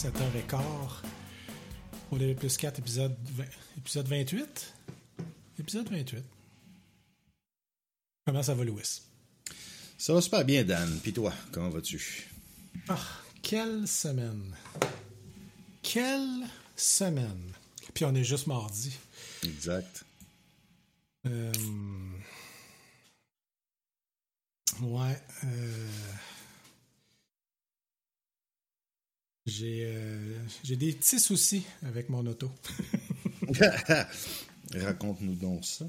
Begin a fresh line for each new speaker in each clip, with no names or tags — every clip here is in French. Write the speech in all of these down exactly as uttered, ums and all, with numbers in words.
sept heures quinze. Au D V plus quatre, épisode, vingt, épisode vingt-huit. Épisode vingt-huit. Comment ça va, Louis?
Ça va super bien, Dan. Puis toi, comment vas-tu?
Ah, quelle semaine. Quelle semaine. Puis on est juste mardi.
Exact.
Euh... Ouais. Euh... J'ai, euh... j'ai des petits soucis avec mon auto.
Raconte-nous donc ça.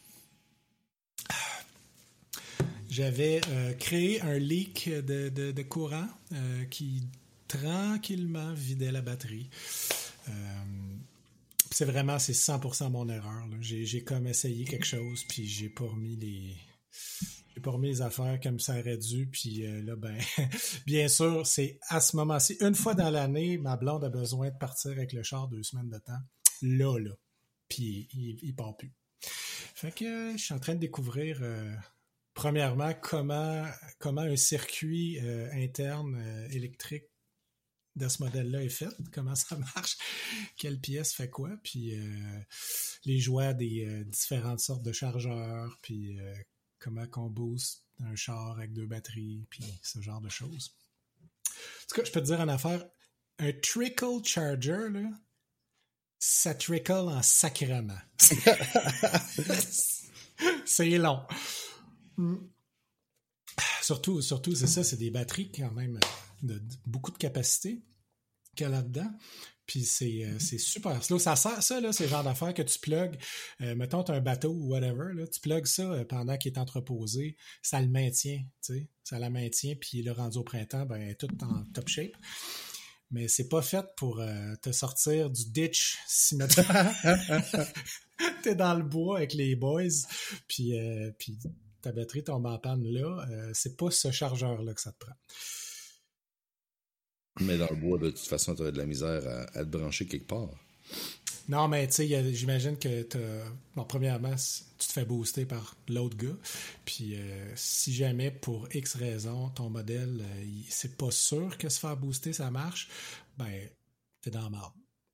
J'avais euh, créé un leak de, de, de courant euh, qui tranquillement vidait la batterie. Euh, c'est vraiment, c'est cent pour cent mon erreur. Là. J'ai, j'ai comme essayé quelque chose, puis j'ai pas remis les... J'ai pas remis les affaires comme ça aurait dû, puis euh, là, ben, bien sûr, c'est à ce moment-ci, une fois dans l'année, ma blonde a besoin de partir avec le char deux semaines de temps. Là, là. Puis il, il part plus. Fait que euh, je suis en train de découvrir... Euh, Premièrement, comment, comment un circuit euh, interne euh, électrique de ce modèle-là est fait, comment ça marche, quelle pièce fait quoi, puis euh, les joies des euh, différentes sortes de chargeurs, puis euh, comment qu'on booste un char avec deux batteries, puis ce genre de choses. En tout cas, je peux te dire une affaire, un trickle charger, là, ça trickle en sacrement. C'est long. Mm. Surtout, surtout, c'est ça, c'est des batteries quand même de, de beaucoup de capacité qu'il y a là-dedans. Puis c'est, euh, c'est super slow. Ça sert, ça, là, c'est le genre d'affaire que tu plugues. Euh, mettons, tu as un bateau ou whatever, là, tu plugues ça euh, pendant qu'il est entreposé, ça le maintient, tu sais. Ça la maintient, puis le rendu au printemps, ben, tout en top shape. Mais c'est pas fait pour euh, te sortir du ditch si mettons t'es dans le bois avec les boys, puis, euh, puis ta batterie tombe en panne là, euh, c'est pas ce chargeur-là que ça te prend.
Mais dans le bois, de toute façon, tu aurais de la misère à, à te brancher quelque part.
Non, mais tu sais, j'imagine que t'as... Bon, premièrement, tu te fais booster par l'autre gars, puis euh, si jamais, pour X raison, ton modèle, euh, il, c'est pas sûr que se faire booster, ça marche, ben, t'es dans la merde.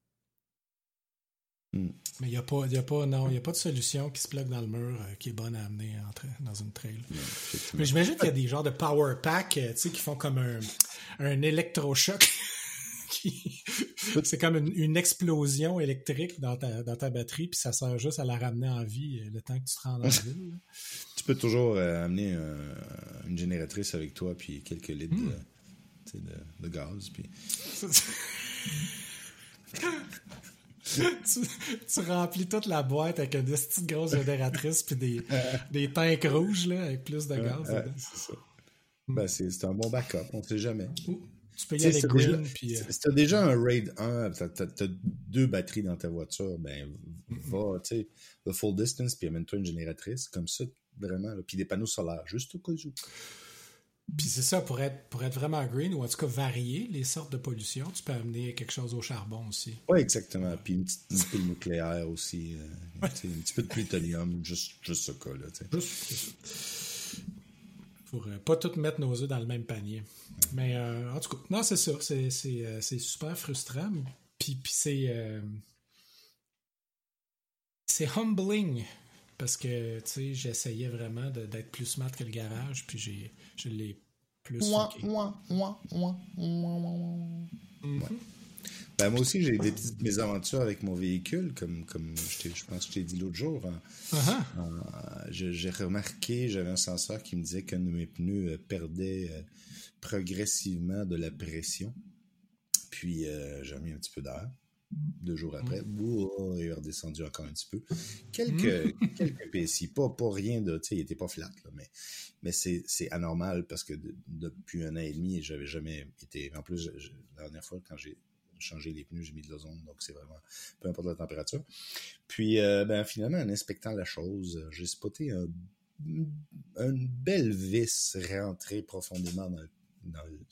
Mm. Mais il n'y a pas, y a pas, non, il n'y a pas de solution qui se bloque dans le mur euh, qui est bonne à amener entre, dans une trail. Mm, mais j'imagine qu'il y a des genres de power pack euh, qui font comme un, un électrochoc. qui... C'est comme une, une explosion électrique dans ta, dans ta batterie, puis ça sert juste à la ramener en vie euh, le temps que tu te rends dans la ville.
Tu peux toujours euh, amener un, une génératrice avec toi, puis quelques litres mm. de, de, de gaz. Puis...
tu, tu remplis toute la boîte avec une petite grosse génératrice puis des, des tanks rouges là, avec plus de gaz.
Ouais, ouais, c'est ça. Mm. Ben, c'est, c'est un bon backup, on ne sait jamais.
Ouh, tu peux y aller avec Green. Puis,
euh... Si tu as déjà un Raid un, tu as deux batteries dans ta voiture, ben va, tu sais, le full distance, puis amène-toi une génératrice, comme ça, vraiment, puis des panneaux solaires, juste au cas où.
Puis c'est ça, pour être, pour être vraiment green, ou en tout cas varier les sortes de pollution, tu peux amener quelque chose au charbon aussi.
Oui, exactement. Puis une petite, une pile nucléaire aussi. Euh, ouais. Un petit peu de plutonium, juste, juste ce cas-là.
Juste, pour euh, pas tout mettre nos œufs dans le même panier. Ouais. Mais euh, en tout cas, non, c'est ça. C'est, c'est, euh, c'est super frustrant. Puis, puis c'est... Euh, c'est humbling. Parce que, tu sais, j'essayais vraiment de, d'être plus smart que le garage, puis j'ai, je l'ai plus fucké.
Ouah, ouah, ouah, ouah. Mm-hmm. Ouais. Ben, moi aussi, j'ai des petites mésaventures avec mon véhicule, comme, comme je, je pense que je t'ai dit l'autre jour. Hein. Uh-huh. Euh, je, j'ai remarqué, j'avais un senseur qui me disait qu'un de mes pneus perdait euh, progressivement de la pression. Puis, euh, j'ai mis un petit peu d'air. Deux jours après, mmh. oh, il est redescendu encore un petit peu. Quelques, mmh. quelques P S I, pas, pas rien de, tu sais, il était pas flat, là, mais, mais c'est, c'est anormal parce que de, depuis un an et demi, j'avais jamais été, en plus, je, la dernière fois, quand j'ai changé les pneus, j'ai mis de l'ozone, donc c'est vraiment, peu importe la température. Puis, euh, ben, finalement, en inspectant la chose, j'ai spoté un, une belle vis rentrée profondément dans, dans,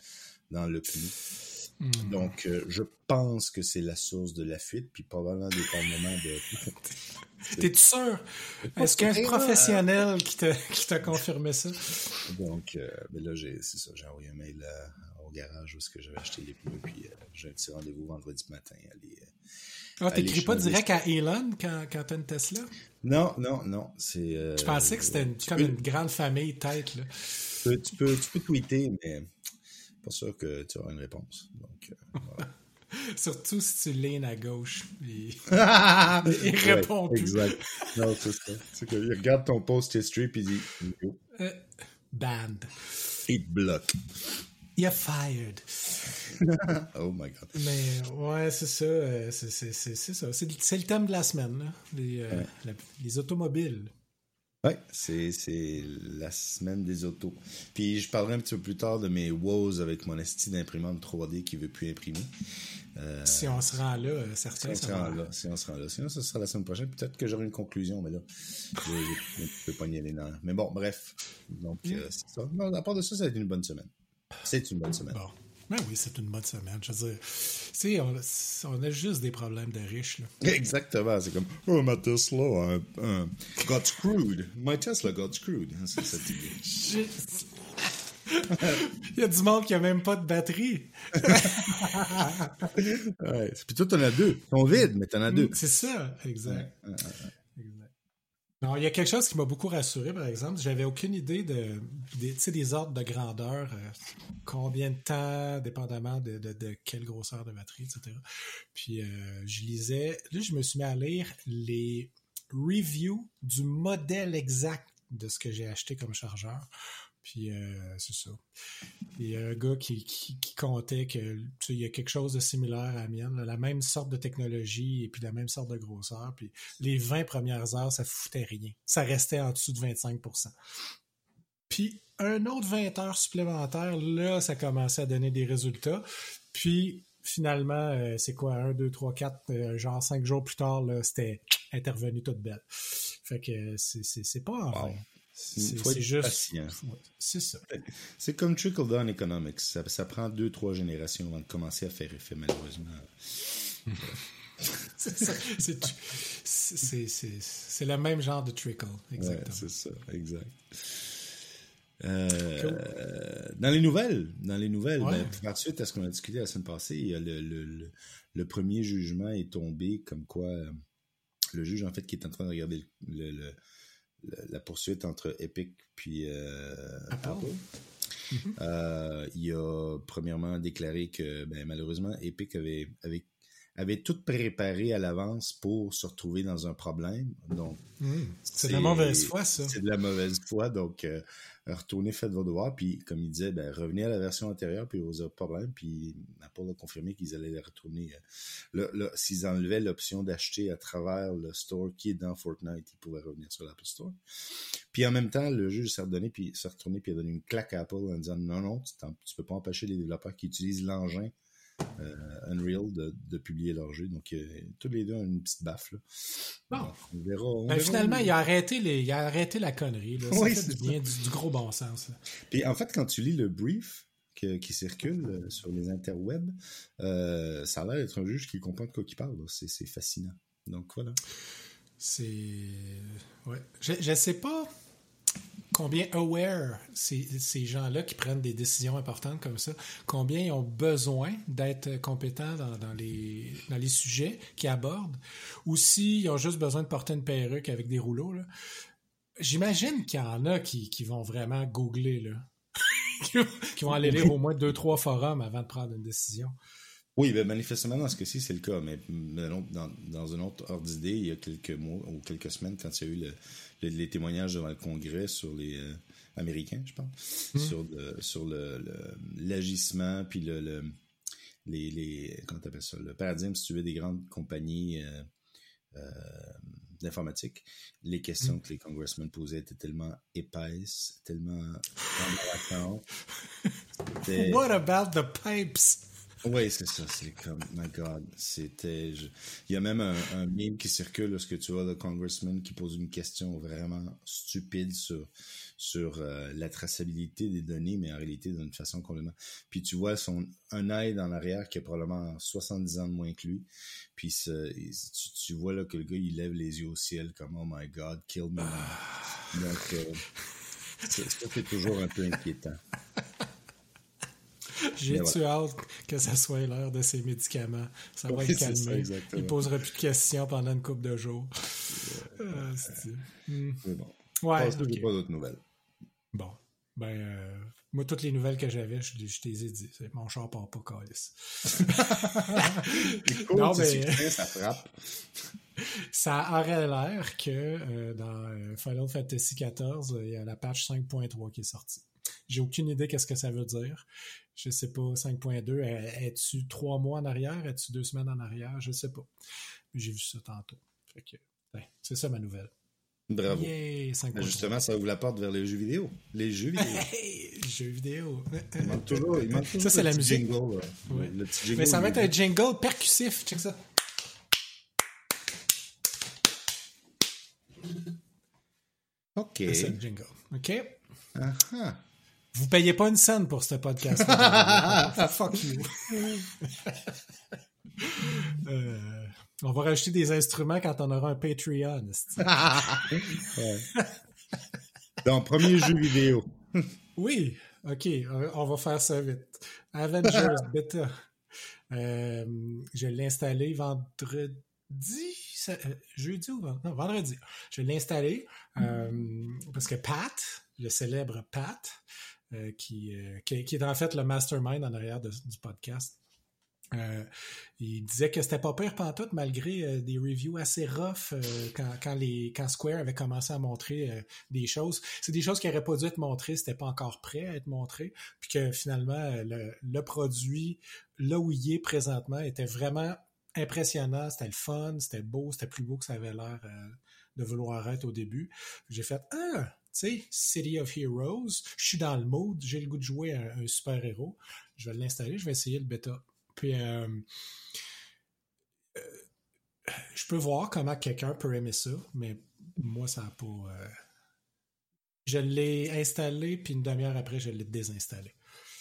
dans le pneu.
Mm.
Donc, euh, je pense que c'est la source de la fuite, puis probablement des moments de...
T'es-tu sûr? Est-ce qu'il y a un professionnel qui t'a, qui t'a confirmé ça?
Donc, euh, ben là, j'ai, c'est ça, j'ai envoyé un mail à, au garage où est-ce que j'avais acheté les pneus, puis euh, j'ai un petit rendez-vous vendredi matin. Aller, euh,
ah, t'écris pas direct à Elon quand, quand t'as une Tesla?
Non, non, non. C'est, euh,
je pensais que c'était une, comme peux, une grande famille tête, là.
Tu peux, tu peux, tu peux tweeter, mais pas sûr que tu auras une réponse. Donc, euh, voilà.
Surtout si tu lignes à gauche. Et... il répond
ouais,
plus.
Exact. Non, c'est ça. C'est qu'il regarde ton post history puis il dit no.
euh, Banned.
Il te bloque.
You're fired.
Oh my God.
Mais ouais, c'est ça. Euh, c'est, c'est, c'est, c'est ça. C'est, c'est le thème de la semaine, là. Les, euh, ouais. la, les automobiles.
Oui, c'est, c'est la semaine des autos. Puis je parlerai un petit peu plus tard de mes woes avec mon esti d'imprimante trois D qui ne veut plus imprimer.
Euh, si on se rend là, euh, certains
si on se rend là, si on se rend là. Sinon, ce sera la semaine prochaine. Peut-être que j'aurai une conclusion, mais là, je ne peux pas y aller dans... Mais bon, bref. Donc, mm. euh, c'est ça. Non, à part de ça, ça a été une bonne semaine. C'est une bonne semaine.
Bon. Ben oui, c'est une bonne semaine. Je veux dire, tu sais, on, on a juste des problèmes de riches, là.
Exactement. C'est comme, oh, ma Tesla uh, uh, got screwed. My Tesla got screwed. C'est cette idée.
Il y a du monde qui a même pas de batterie.
Ouais. Puis toi, t'en as deux. Ils sont vides, mais t'en as deux.
C'est ça, exact.
Ouais. Ouais, ouais.
exact. Non, il y a quelque chose qui m'a beaucoup rassuré, par exemple. J'avais aucune idée de, de tu sais, des ordres de grandeur, euh, combien de temps, dépendamment de, de, de quelle grosseur de batterie, et cetera. Puis euh, je lisais, là, je me suis mis à lire les reviews du modèle exact de ce que j'ai acheté comme chargeur. Puis euh, c'est ça. Il y a un gars qui, qui, qui comptait que tu sais, il y a quelque chose de similaire à la mienne, là, la même sorte de technologie et puis la même sorte de grosseur. Puis les vingt premières heures, ça foutait rien. Ça restait en dessous de vingt-cinq pour cent. Puis un autre vingt heures supplémentaires, là, ça commençait à donner des résultats. Puis finalement, euh, c'est quoi, un, deux, trois, quatre, euh, genre cinq jours plus tard, là, c'était intervenu toute belle. Fait que c'est, c'est, c'est pas en vain. Wow. C'est,
faut
c'est
être
juste
patient.
C'est ça.
C'est comme trickle-down economics. Ça, ça prend deux, trois générations avant de commencer à faire effet, malheureusement.
c'est, ça. C'est, c'est, c'est, c'est le même genre de trickle, exactement.
Ouais, c'est ça, exact. Euh, cool. Dans les nouvelles, dans les nouvelles, ouais. ben, par suite à ce qu'on a discuté la semaine passée, il y a le, le, le, le premier jugement est tombé, comme quoi euh, le juge, en fait, qui est en train de regarder le, le, le la poursuite entre Epic puis euh, Apple. Apple. Mm-hmm. Euh, il a premièrement déclaré que ben, malheureusement Epic avait, avait, avait tout préparé à l'avance pour se retrouver dans un problème. Donc,
mm. c'est, c'est de la mauvaise foi, ça.
C'est de la mauvaise foi. Donc, euh, retournez, faites vos devoirs. Puis, comme il disait, ben, revenez à la version antérieure, puis vous aurez pas de problème. Puis, Apple a confirmé qu'ils allaient les retourner. Là, là, s'ils enlevaient l'option d'acheter à travers le store qui est dans Fortnite, ils pouvaient revenir sur l'Apple Store. Puis, en même temps, le juge s'est redonné, puis s'est retourné, puis il a donné une claque à Apple en disant non, non, tu, tu peux pas empêcher les développeurs qui utilisent l'engin Euh, Unreal de, de publier leur jeu. Donc, euh, tous les deux ont une petite baffe. Là.
Bon.
Donc, on verra. On
ben,
verra
finalement,
où...
il, a arrêté les, il a arrêté la connerie. Là. Ça
oui,
fait du bien, du, du gros bon sens. Là.
Puis, en fait, quand tu lis le brief que, qui circule euh, sur les interwebs, euh, ça a l'air d'être un juge qui comprend de quoi il parle. C'est, c'est fascinant. Donc, voilà.
C'est... Ouais. Je ne sais pas combien aware ces, ces gens-là qui prennent des décisions importantes comme ça, combien ils ont besoin d'être compétents dans, dans, les, dans les sujets qu'ils abordent, ou s'ils ont juste besoin de porter une perruque avec des rouleaux. Là. J'imagine qu'il y en a qui, qui vont vraiment googler, là. qui vont aller lire au moins deux, trois forums avant de prendre une décision.
Oui, ben manifestement, dans ce cas-ci, c'est le cas. Mais dans, dans un autre ordre d'idée, il y a quelques mois ou quelques semaines, quand il y a eu le, le, les témoignages devant le Congrès sur les euh, Américains, je pense, mmh. sur, le, sur le, le, l'agissement, puis le, le, les, les, comment t'appelles ça, le paradigme, si tu veux, des grandes compagnies euh, euh, d'informatique. Les questions mmh. que les congressmen posaient étaient tellement épaisses, tellement embarrassantes.
What about the pipes?
Oui, c'est ça. C'est comme, my God, c'était... je- Il y a même un, un meme qui circule, lorsque tu vois le congressman qui pose une question vraiment stupide sur, sur euh, la traçabilité des données, mais en réalité d'une façon complètement... Puis tu vois son, un œil en arrière qui a probablement soixante-dix ans de moins que lui. Puis ce- il- tu, tu vois là que le gars, il lève les yeux au ciel comme, oh my God, kill me now. Donc, euh, c'est- ça, c'est toujours un peu inquiétant. Mais voilà.
J'ai-tu hâte que ça soit l'heure de ses médicaments? Ça va
Oui,
le
c'est ça,
calmer. Il
exactement.
posera plus de questions pendant une couple de jours. Ah, c'est- Hmm.
Mais bon.
Ouais,
Passe-nous, j'ai
ok.
pas d'autres nouvelles.
Bon. Ben, euh, moi, toutes les nouvelles que j'avais, je, je t'ai dit. C'est- Mon char part pas, câlisse.
C'est cool,
Non,
c'est
mais-
succès, ça frappe.
Ça aurait l'air que euh, dans euh, Final Fantasy quatorze, il y a la patch cinq point trois qui est sortie. J'ai aucune idée qu'est-ce que ça veut dire. Je sais pas, cinq point deux, euh, es-tu trois mois en arrière? Es-tu deux semaines en arrière? Je sais pas. J'ai vu ça tantôt. Fait que, ben, c'est ça ma nouvelle.
Bravo.
Yay, cinq point trois.
Justement, ça ouvre la porte vers les jeux vidéo. Les jeux vidéo.
Hey, jeux vidéo.
Il manque toujours, il manque toujours
Ça, c'est
le
la
petit
musique.
jingle, là.
Ouais.
Le petit jingle,
Mais ça va
il-
être un jingle percussif. Check ça.
OK.
C'est ça, le jingle. OK?
Ah, ah.
Vous payez pas une scène pour ce podcast. Fuck you. Euh, on va rajouter des instruments quand on aura un Patreon.
Ouais. Donc, premier jeu vidéo.
Oui, ok, on on va faire ça vite. Avengers Beta. Euh, je l'ai installé vendredi, ça- euh, jeudi ou vendredi? Non, vendredi. Je l'ai installé euh, parce que Pat, le célèbre Pat, euh, qui, euh, qui, qui est en fait le mastermind en arrière de- du podcast, Euh, il disait que c'était pas pire pantoute malgré euh, des reviews assez rough euh, quand, quand, les, quand Square avait commencé à montrer euh, des choses. C'est des choses qui n'auraient pas dû être montrées, c'était pas encore prêt à être montré, puis que finalement euh, le, le produit, là où il est présentement, était vraiment impressionnant, c'était le fun, c'était beau, c'était plus beau que ça avait l'air euh, de vouloir être au début. J'ai fait « Ah! » Tu sais, City of Heroes, je suis dans le mood, j'ai le goût de jouer à un, un super-héros, je vais l'installer, je vais essayer le bêta. Puis, euh, euh, je peux voir comment quelqu'un peut aimer ça, mais moi, ça n'a pas... Euh... Je l'ai installé, puis une demi-heure après, je l'ai désinstallé.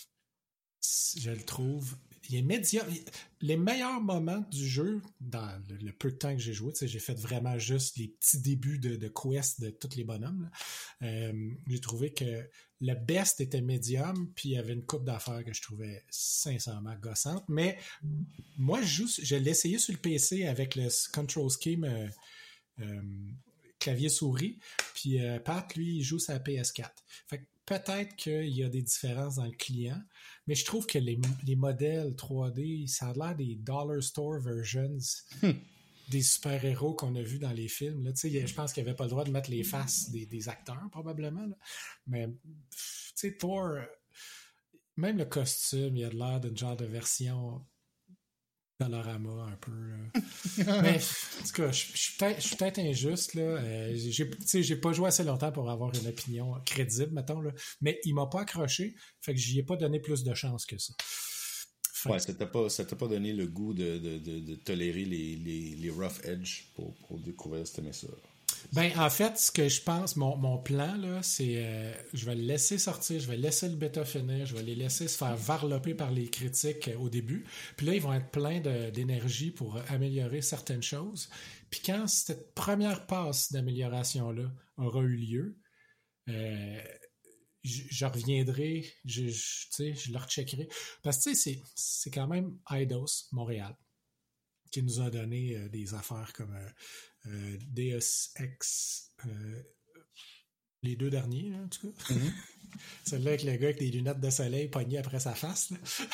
Je le trouve... Il est médium. Les meilleurs moments du jeu, dans le, le peu de temps que j'ai joué, j'ai fait vraiment juste les petits débuts de, de quest de tous les bonhommes. Euh, j'ai trouvé que le best était médium, puis il y avait une coupe d'affaires que je trouvais sincèrement gossante. Mais moi, je, joue, je l'ai essayé sur le P C avec le Control Scheme euh, euh, clavier-souris, puis euh, Pat, lui, il joue sur la P S quatre. Fait que peut-être qu'il y a des différences dans le client, mais je trouve que les, les modèles trois D, ça a l'air des Dollar Store versions hmm. des super-héros qu'on a vus dans les films. Là, je pense qu'il n'y avait pas le droit de mettre les faces des, des acteurs, probablement. Là. Mais, tu sais, Thor, même le costume, il a l'air d'une genre de version Dollarama un peu. Là. Mais, en tout cas, je, je suis peut-être, peut-être injuste. Là. Euh, j'ai, j'ai pas joué assez longtemps pour avoir une opinion crédible, mettons. Là. Mais il m'a pas accroché, fait que j'y ai pas donné plus de chance que ça.
Fait... Ouais, ça t'a pas, ça t'a pas donné le goût de, de, de, de tolérer les, les, les rough edge pour, pour découvrir si t'aimais ça.
Ben, en fait, ce que je pense, mon, mon plan, là, c'est euh, je vais le laisser sortir, je vais laisser le bêta finir, je vais les laisser se faire varloper par les critiques euh, au début. Puis là, ils vont être pleins de, d'énergie pour améliorer certaines choses. Puis quand cette première passe d'amélioration-là aura eu lieu, euh, je, je reviendrai, je, je, tu sais, je le recheckerai. Parce que, tu sais, c'est, c'est quand même Eidos, Montréal, qui nous a donné euh, des affaires comme... Euh, Euh, Deus Ex, euh, les deux derniers, là, en tout cas. Mm-hmm. Celui-là avec le gars avec des lunettes de soleil pognées après sa face.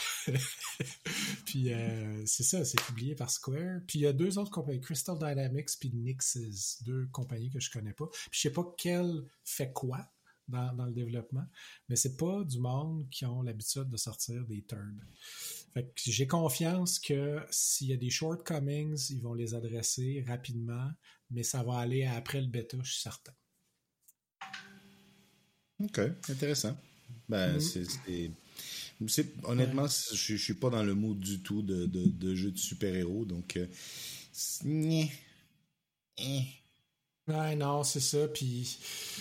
Puis euh, c'est ça, c'est publié par Square. Puis il y a deux autres compagnies, Crystal Dynamics puis Nixes, deux compagnies que je connais pas. Puis je sais pas quelle fait quoi dans, dans le développement, mais c'est pas du monde qui ont l'habitude de sortir des turds. Fait que j'ai confiance que s'il y a des shortcomings, ils vont les adresser rapidement, mais ça va aller après le bêta, je suis certain.
OK, intéressant. Ben, mm-hmm. c'est, c'est... c'est, honnêtement, ouais. je, je suis pas dans le mood du tout de, de, de jeu de super-héros, donc... Euh, c'est...
Ouais, non, c'est ça, puis...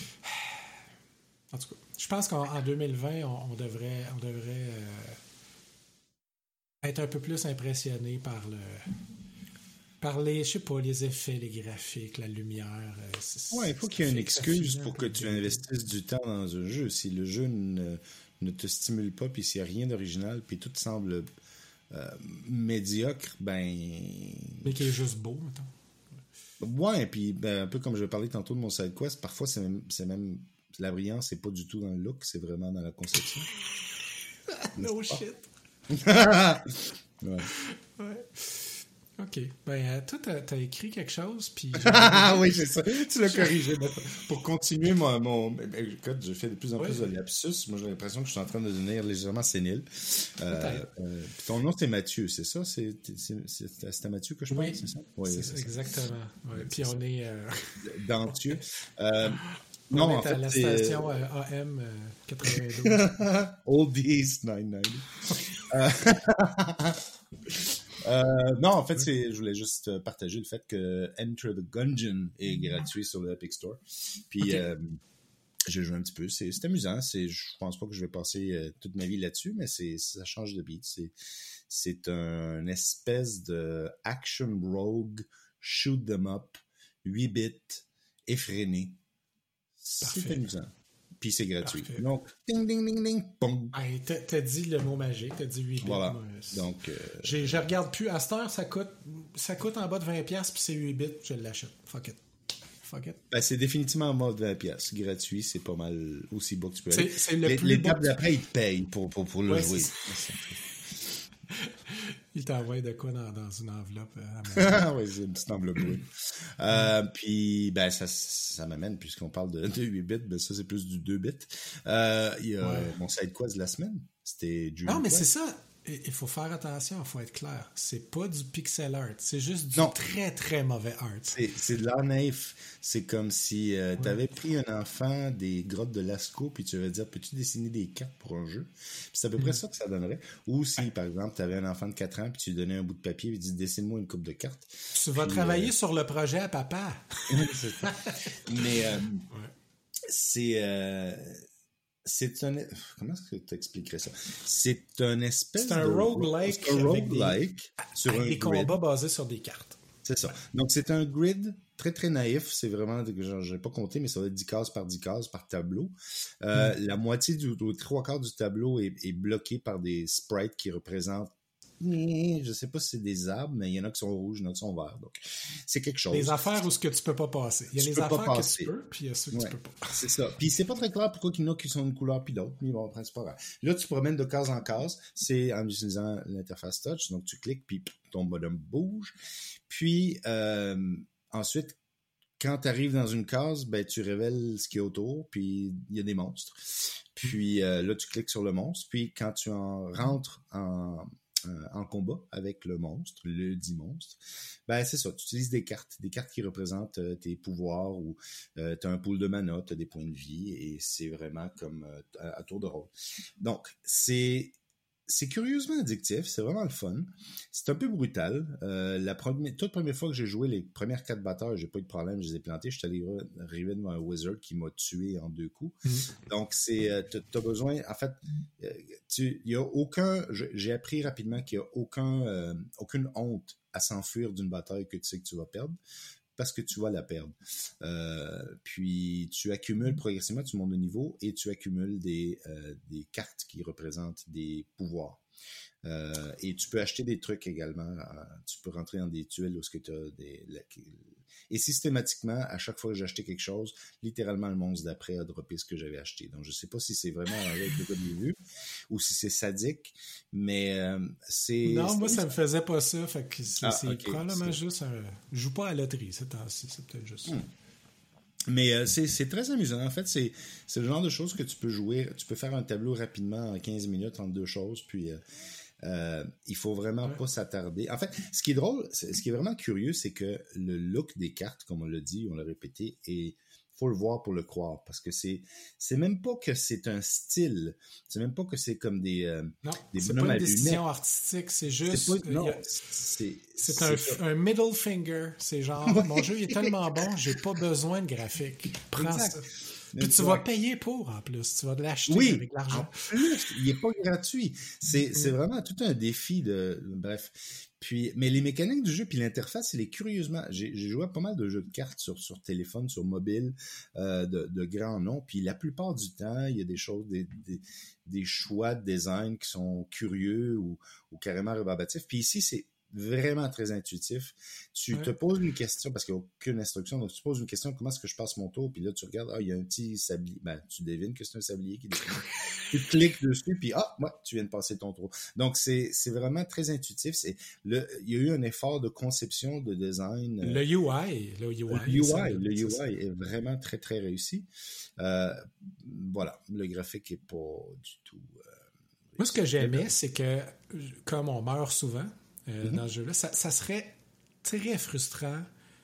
En tout cas, je pense qu'en deux mille vingt, on, on devrait, on devrait euh, être un peu plus impressionné par le... par les, je sais pas, les effets, les graphiques, la lumière.
C'est, ouais, il faut qu'il y ait une excuse pour que tu investisses du temps dans un jeu. Si le jeu ne, ne te stimule pas, puis s'il n'y a rien d'original, puis tout semble euh, médiocre, ben...
Mais qui est juste beau, mettons.
Ouais, puis ben, un peu comme je parlais tantôt de mon side quest, parfois c'est même, c'est même la brillance, c'est pas du tout dans le look, c'est vraiment dans la conception.
No shit.
Ouais.
Ouais. OK. Ben, toi, t'as, t'as écrit quelque chose, puis...
Ah oui, c'est ça. Tu l'as corrigé. Pour continuer, moi, mon... Écoute, je fais de plus en plus ouais. de lapsus. Moi, j'ai l'impression que je suis en train de devenir légèrement sénile. Euh, euh, ton nom, c'est Mathieu, c'est ça? C'est, c'est, c'est, c'est à Mathieu que je parle,
oui,
c'est ça? Oui,
c'est,
c'est
exactement.
Ça.
Ouais. Puis on est... Euh...
Dentieux. Euh,
on
non,
est
en
à
fait,
la
c'est...
station euh, A M euh, quatre-vingt-douze.
Oldies neuf cent quatre-vingt-dix. Euh, non, en fait, c'est, je voulais juste partager le fait que Enter the Gungeon est gratuit sur le Epic Store. Puis, okay. euh, j'ai joué un petit peu. C'est, c'est amusant. C'est, je pense pas que je vais passer euh, toute ma vie là-dessus, mais c'est, ça change de beat. C'est, c'est un espèce de action rogue, shoot them up, huit bits, effréné.
Parfait.
C'est amusant. Puis c'est gratuit.
Parfait.
Donc, ding, ding, ding, ding, pong.
Hey, t'as, t'as dit le mot magique, t'as dit huit bits.
Voilà.
Moi,
donc, euh...
J'ai, je regarde plus. À cette heure, ça coûte, ça coûte en bas de vingt dollars, puis c'est huit bits, je l'achète. Fuck it. Fuck it.
Ben, c'est définitivement en bas de vingt dollars. Gratuit, c'est pas mal aussi bas que tu peux aller.
C'est, c'est le
les,
plus
L'étape
beau...
d'après, ils te payent pour, pour, pour le
ouais,
jouer.
Il t'envoie de quoi dans, dans une enveloppe?
Euh, oui, c'est une petite enveloppe brune. Euh, puis, ben, ça, ça m'amène, puisqu'on parle de, de huit bits, ben, ça, c'est plus du deux bits. Euh, il y a ouais. mon side quest de la semaine. C'était du.
Non, mais quest. C'est ça. Il faut faire attention, il faut être clair. C'est pas du pixel art. C'est juste du
non.
très, très mauvais art.
C'est, c'est de l'art naïf. C'est comme si euh, tu avais ouais. pris un enfant des grottes de Lascaux puis tu avais dit, peux-tu dessiner des cartes pour un jeu? Puis c'est à peu près mm. ça que ça donnerait. Ou si, par exemple, tu avais un enfant de quatre ans puis tu lui donnais un bout de papier et tu dis, dessine-moi une coupe de cartes.
Tu vas puis, travailler euh... sur le projet à papa.
c'est ça. Mais euh, ouais. c'est... Euh... C'est un... Comment est-ce que tu expliquerais ça? C'est un espèce
c'est un
de...
roguelike.
C'est un roguelike
des... sur avec un des grid. Combats basés sur des cartes.
C'est ça. Donc, c'est un grid très, très naïf. C'est vraiment... Je n'ai pas compté, mais ça va être dix cases par dix cases par tableau. Euh, mm. La moitié du... ou trois quarts du tableau est, est bloqué par des sprites qui représentent je sais pas si c'est des arbres, mais il y en a qui sont rouges, il y en a qui sont verts. Donc, c'est quelque chose.
Les affaires où ce que tu peux pas passer. Il y a
tu
les affaires que tu peux, puis il y a ceux que ouais, tu peux pas.
C'est ça. Puis c'est pas très clair pourquoi il y en a qui sont une couleur puis d'autres, mais bon, après, c'est pas grave. Là, tu promènes de case en case. C'est en utilisant l'interface touch. Donc, tu cliques, puis ton bonhomme bouge. Puis, euh, ensuite, quand tu arrives dans une case, ben, tu révèles ce qu'il y a autour, puis il y a des monstres. Puis euh, là, tu cliques sur le monstre. Puis quand tu en rentres en... en combat avec le monstre, le dit monstre, ben c'est ça, tu utilises des cartes, des cartes qui représentent euh, tes pouvoirs ou euh, tu as un pool de mana, tu as des points de vie et c'est vraiment comme euh, à, à tour de rôle. Donc, c'est c'est curieusement addictif, c'est vraiment le fun. C'est un peu brutal. Euh, la première, toute première fois que j'ai joué les premières quatre batteurs, j'ai pas eu de problème, je les ai plantés. Je suis allé arriver devant un wizard qui m'a tué en deux coups. Mm-hmm. Donc, c'est, euh, t'as besoin, en fait, il y a aucun, j'ai appris rapidement qu'il y a aucun, euh, aucune honte à s'enfuir d'une bataille que tu sais que tu vas perdre, parce que tu vas la perdre. Euh, puis tu accumules progressivement, tu montes de niveau et tu accumules des, euh, des cartes qui représentent des pouvoirs. Euh, et tu peux acheter des trucs également. Euh, tu peux rentrer dans des tuiles où ce que tu as des... La, et systématiquement, à chaque fois que j'ai acheté quelque chose, littéralement le monstre d'après a droppé ce que j'avais acheté. Donc je sais pas si c'est vraiment avec le cas de début ou si c'est sadique, mais euh, c'est...
Non,
c'est...
moi ça me faisait pas ça. Fait que c'est,
ah,
c'est
okay,
probablement
c'est...
juste un... Je joue pas à la loterie ces temps-ci, c'est peut-être juste ça.
Hmm. Mais euh, c'est, c'est très amusant. En fait, c'est, c'est le genre de choses que tu peux jouer. Tu peux faire un tableau rapidement en quinze minutes entre deux choses, puis... Euh, Euh, il faut vraiment ouais. pas s'attarder. En fait, ce qui est drôle, ce qui est vraiment curieux, c'est que le look des cartes, comme on l'a dit, on l'a répété, est, faut le voir pour le croire, parce que c'est c'est même pas que c'est un style, c'est même pas que c'est comme des euh,
non,
des
c'est pas une décision artistique, c'est juste
c'est pas, non,
a,
c'est,
c'est,
c'est
un,
c'est
un middle finger, c'est genre mon jeu il est tellement bon, j'ai pas besoin de graphique, prends exact. Ça. Puis tu vas payer pour, en plus. Tu vas l'acheter oui, avec l'argent.
En plus, il n'est pas gratuit. C'est, mm. c'est vraiment tout un défi de... Bref. Puis, mais les mécaniques du jeu puis l'interface, il est curieusement... J'ai, j'ai joué à pas mal de jeux de cartes sur, sur téléphone, sur mobile, euh, de, de grands noms. Puis la plupart du temps, il y a des choses, des, des, des choix de design qui sont curieux ou, ou carrément rébarbatifs. Puis ici, c'est vraiment très intuitif. Tu ouais. te poses une question, parce qu'il n'y a aucune instruction, donc tu te poses une question, comment est-ce que je passe mon tour? Puis là, tu regardes, ah, il y a un petit sablier. Ben, tu devines que c'est un sablier qui définit. Tu cliques dessus, puis ah, ouais, tu viens de passer ton tour. Donc, c'est, c'est vraiment très intuitif. C'est le, il y a eu un effort de conception, de design.
Le U I. Le U I,
le U I, le U I est vraiment très, très réussi. Euh, voilà, le graphique n'est pas du tout... Euh,
Moi, ce que j'aimais, c'est que, comme on meurt souvent, Euh, mm-hmm. dans ce jeu-là, ça, ça serait très frustrant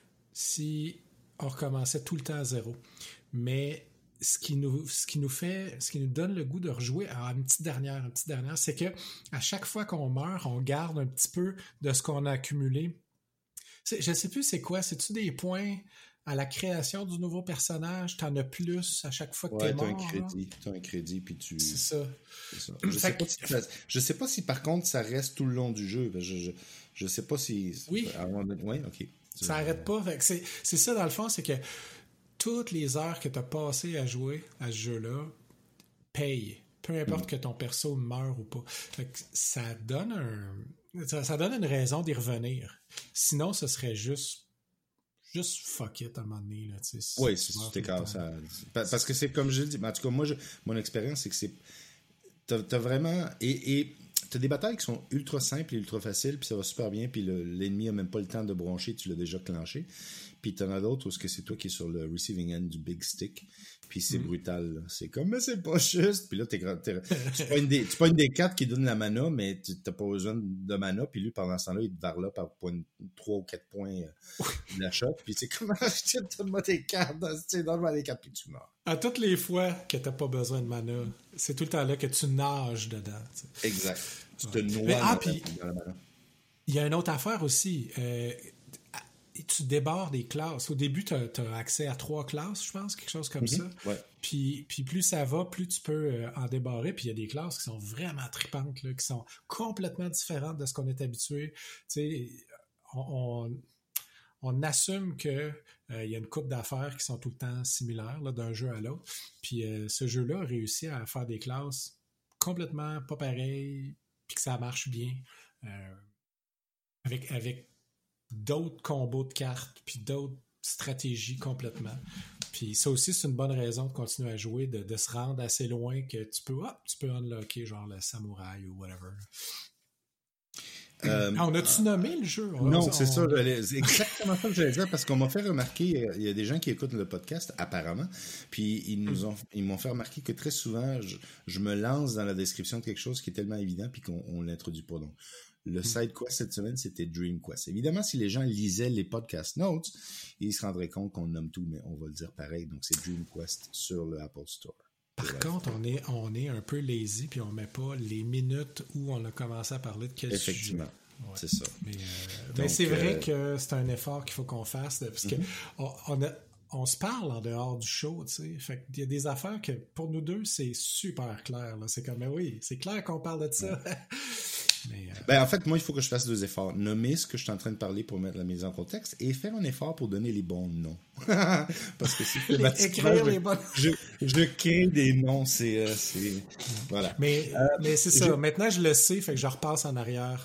si on recommençait tout le temps à zéro. Mais ce qui nous, ce qui nous fait, ce qui nous donne le goût de rejouer, alors une petite dernière, une petite dernière, c'est que à chaque fois qu'on meurt, on garde un petit peu de ce qu'on a accumulé. C'est, je ne sais plus c'est quoi, c'est-tu des points à la création du nouveau personnage, t'en as plus à chaque fois que
ouais,
t'es mort.
Ouais, t'as un crédit, t'as un crédit, puis tu...
C'est ça.
C'est ça. Je, sais pas si ça... je sais pas si, par contre, ça reste tout le long du jeu. Je, je, je sais pas si...
Oui.
Oui, OK.
Ça n'arrête pas. Fait que c'est, c'est ça, dans le fond, c'est que toutes les heures que t'as passées à jouer à ce jeu-là payent. Peu importe mm. que ton perso meure ou pas. Fait que ça donne un... Ça, ça donne une raison d'y revenir. Sinon, ce serait juste... Juste fuck it à un moment donné. Là, si
oui, si tu t'écartes. Ça... Parce que c'est comme je le dis. En tout cas, moi, je... mon expérience, c'est que c'est. T'as, t'as vraiment. Et, et t'as des batailles qui sont ultra simples et ultra faciles, puis ça va super bien, puis le, l'ennemi a même pas le temps de broncher, tu l'as déjà clenché. Puis t'en as d'autres où c'est toi qui es sur le receiving end du big stick, puis c'est mm. brutal. Là. C'est comme, mais c'est pas juste. Puis là, t'es, t'es, tu pognes des, tu pognes des cartes qui donnent la mana, mais tu t'as pas besoin de mana, puis lui, pendant ce temps-là, il te varlope par point, trois ou quatre points euh, de la shot, puis c'est comme, donne-moi tes cartes, donne-moi les cartes, puis tu meurs.
À toutes les fois que t'as pas besoin de mana, c'est tout le temps là que tu nages dedans. T'sais.
Exact. Tu te noies
mais, ah,
dans,
puis,
dans la mana.
Il y a une autre affaire aussi. Euh, tu débarres des classes. Au début, tu as accès à trois classes, je pense, quelque chose comme
mm-hmm.
ça.
Ouais.
Puis, puis plus ça va, plus tu peux euh, en débarrer. Puis il y a des classes qui sont vraiment tripantes, là, qui sont complètement différentes de ce qu'on est habitué. Tu sais, on, on, on assume qu'il euh, y a une couple d'affaires qui sont tout le temps similaires là, d'un jeu à l'autre. Puis euh, ce jeu-là a réussi à faire des classes complètement pas pareilles, puis que ça marche bien. Euh, avec, avec d'autres combos de cartes, puis d'autres stratégies complètement. Puis ça aussi, c'est une bonne raison de continuer à jouer, de, de se rendre assez loin que tu peux, hop, tu peux unlocker genre le samouraï ou whatever. Euh, ah, on a-tu nommé le jeu? On
non,
a,
c'est
on...
ça. C'est exactement ça que j'allais dire, parce qu'on m'a fait remarquer, il y a des gens qui écoutent le podcast, apparemment, puis ils nous ont, ils m'ont fait remarquer que très souvent, je, je me lance dans la description de quelque chose qui est tellement évident, puis qu'on on l'introduit pas. Donc, le side quest cette semaine, c'était Dream Quest. Évidemment, si les gens lisaient les podcast notes, ils se rendraient compte qu'on nomme tout, mais on va le dire pareil. Donc, c'est Dream Quest sur le Apple Store.
Par contre, on est, on est un peu lazy, puis on met pas les minutes où on a commencé à parler de quel sujet.
Effectivement, ouais. C'est ça.
Mais, euh, Donc, mais c'est vrai euh... que c'est un effort qu'il faut qu'on fasse, parce mm-hmm. qu'on on a... on se parle en dehors du show, tu sais. Fait qu'il y a des affaires que, pour nous deux, c'est super clair, là. C'est comme, mais oui, c'est clair qu'on parle de ça. Ouais. mais, euh...
ben, en fait, moi, il faut que je fasse deux efforts. Nommer ce que je suis en train de parler pour mettre la mise en contexte et faire un effort pour donner les bons noms. Parce que c'est
les, écrire les bons
je, je crée des noms, c'est... Euh, c'est... Voilà.
Mais, euh, mais c'est ça. Je... Maintenant, je le sais, fait que je repasse en arrière.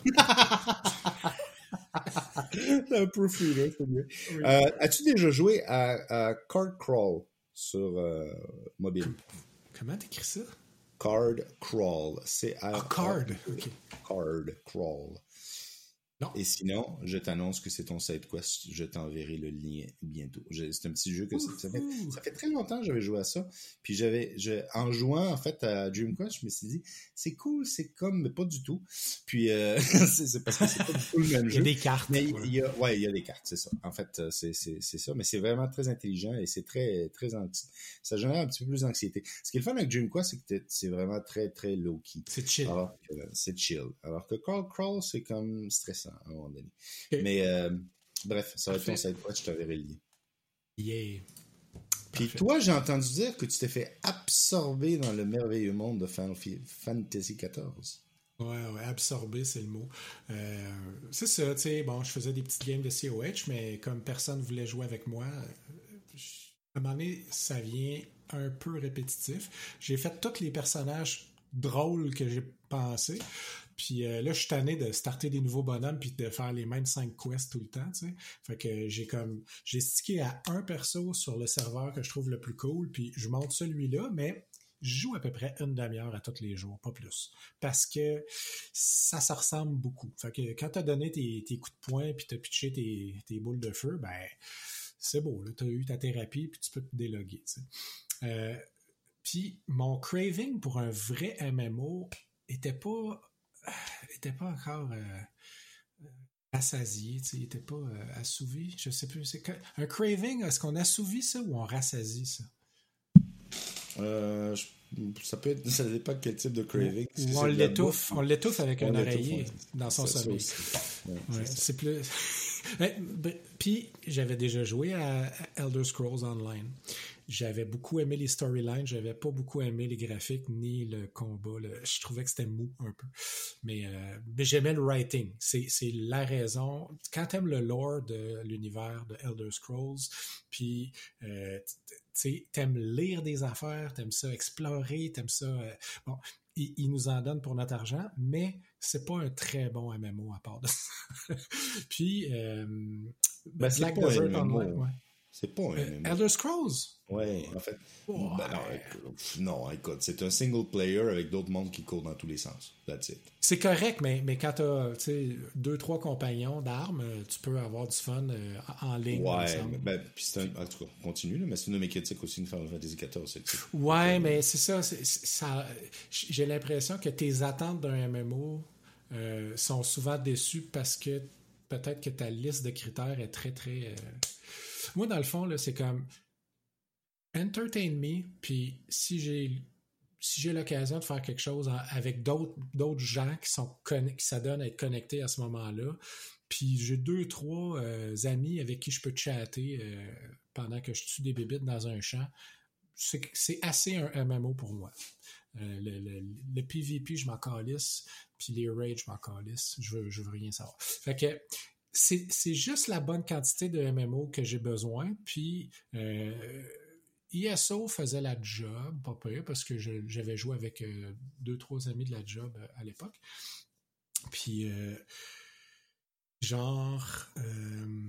C'est un proofreader, c'est bien. Oui. Euh, as-tu déjà joué à, à Card Crawl sur euh, mobile?
Comment t'écris ça?
Card Crawl. C'est
ah, Card. Okay.
Card Crawl.
Non.
Et sinon, je t'annonce que c'est ton side quest. Je t'enverrai le lien bientôt. Je, c'est un petit jeu que ça, ça, fait, ça fait très longtemps que j'avais joué à ça. Puis j'avais, je, en jouant en fait à Dream Quest, je me suis dit, c'est cool, c'est comme, mais pas du tout. Puis euh, c'est, c'est parce que c'est pas du tout le même jeu.
Il y a des cartes.
Mais
ouais.
il y a, ouais, il y a des cartes, c'est ça. En fait, c'est, c'est, c'est ça. Mais c'est vraiment très intelligent et c'est très, très anxieux. Ça génère un petit peu plus d'anxiété. Ce qui est le fun avec Dream Quest, c'est que c'est vraiment très, très low key.
C'est chill.
Alors que, c'est chill. Alors que Call Crawl, c'est comme stressant à un moment donné. Okay. Mais euh, bref, ça va être ton side quest, je t'enverrai le lien.
Yeah.
Puis toi, j'ai entendu dire que tu t'es fait absorber dans le merveilleux monde de Final Fantasy quatorze.
Ouais, ouais, absorber, c'est le mot. Euh, c'est ça, tu sais, bon, je faisais des petites games de C O H, mais comme personne ne voulait jouer avec moi, je, à un moment donné, ça vient un peu répétitif. J'ai fait tous les personnages drôles que j'ai pensé. Puis euh, là, je suis tanné de starter des nouveaux bonhommes puis de faire les mêmes cinq quests tout le temps, tu sais. Fait que j'ai comme... J'ai stické à un perso sur le serveur que je trouve le plus cool, puis je monte celui-là, mais je joue à peu près une demi-heure à tous les jours, pas plus. Parce que ça se ressemble beaucoup. Fait que quand t'as donné tes, tes coups de poing puis t'as pitché tes, tes boules de feu, ben c'est beau, là. T'as eu ta thérapie puis tu peux te déloguer, tu sais. Euh, puis mon craving pour un vrai M M O était pas... était pas encore euh, rassasié, il était pas euh, assouvi, je sais plus. C'est que, un craving, est-ce qu'on assouvit ça ou on rassasie ça?
Euh, je, ça peut être, ça dépend de quel type de craving.
Ou, ou on l'étouffe, on l'étouffe avec on un oreiller
ouais.
dans son
ça,
sommeil.
Ça ouais,
ouais,
c'est,
c'est plus... Puis, j'avais déjà joué à Elder Scrolls Online. J'avais beaucoup aimé les storylines, j'avais pas beaucoup aimé les graphiques ni le combat. Le... Je trouvais que c'était mou un peu. Mais, euh, mais j'aimais le writing. C'est, c'est la raison. Quand t'aimes le lore de l'univers de Elder Scrolls, puis euh, t'aimes lire des affaires, t'aimes ça explorer, t'aimes ça... Euh, bon, il, il nous en donne pour notre argent, mais c'est pas un très bon M M O à part de ça. Puis, euh,
ben, Black Desert Online, ouais. C'est pas un
euh, Elder Scrolls?
Ouais, en fait.
Ouais.
Ben non, écoute, non, écoute, c'est un single player avec d'autres mondes qui courent dans tous les sens. That's it.
C'est correct, mais, mais quand t'as deux, trois compagnons d'armes, tu peux avoir du fun euh, en ligne.
Ouais, mais, ben, puis c'est un. En tout cas, continue, là, mais c'est une de mes critiques aussi de Final Fantasy quatorze. C'est, c'est,
ouais, c'est, mais c'est ça, c'est, ça. J'ai l'impression que tes attentes d'un M M O euh, sont souvent déçues parce que peut-être que ta liste de critères est très, très. Euh... Moi, dans le fond, là, c'est comme entertain me, puis si j'ai si j'ai l'occasion de faire quelque chose en, avec d'autres, d'autres gens qui sont conne- qui s'adonnent à être connectés à ce moment-là, puis j'ai deux, trois euh, amis avec qui je peux chatter euh, pendant que je tue des bébites dans un champ, c'est, c'est assez un M M O pour moi. Euh, le, le, le P V P, je m'en calisse, puis les raids, je m'en calisse. Je veux, je veux rien savoir. Fait que c'est, c'est juste la bonne quantité de M M O que j'ai besoin, puis euh, I S O faisait la job, pas pire, parce que je, j'avais joué avec euh, deux, trois amis de la job euh, à l'époque. Puis, euh, genre... Euh,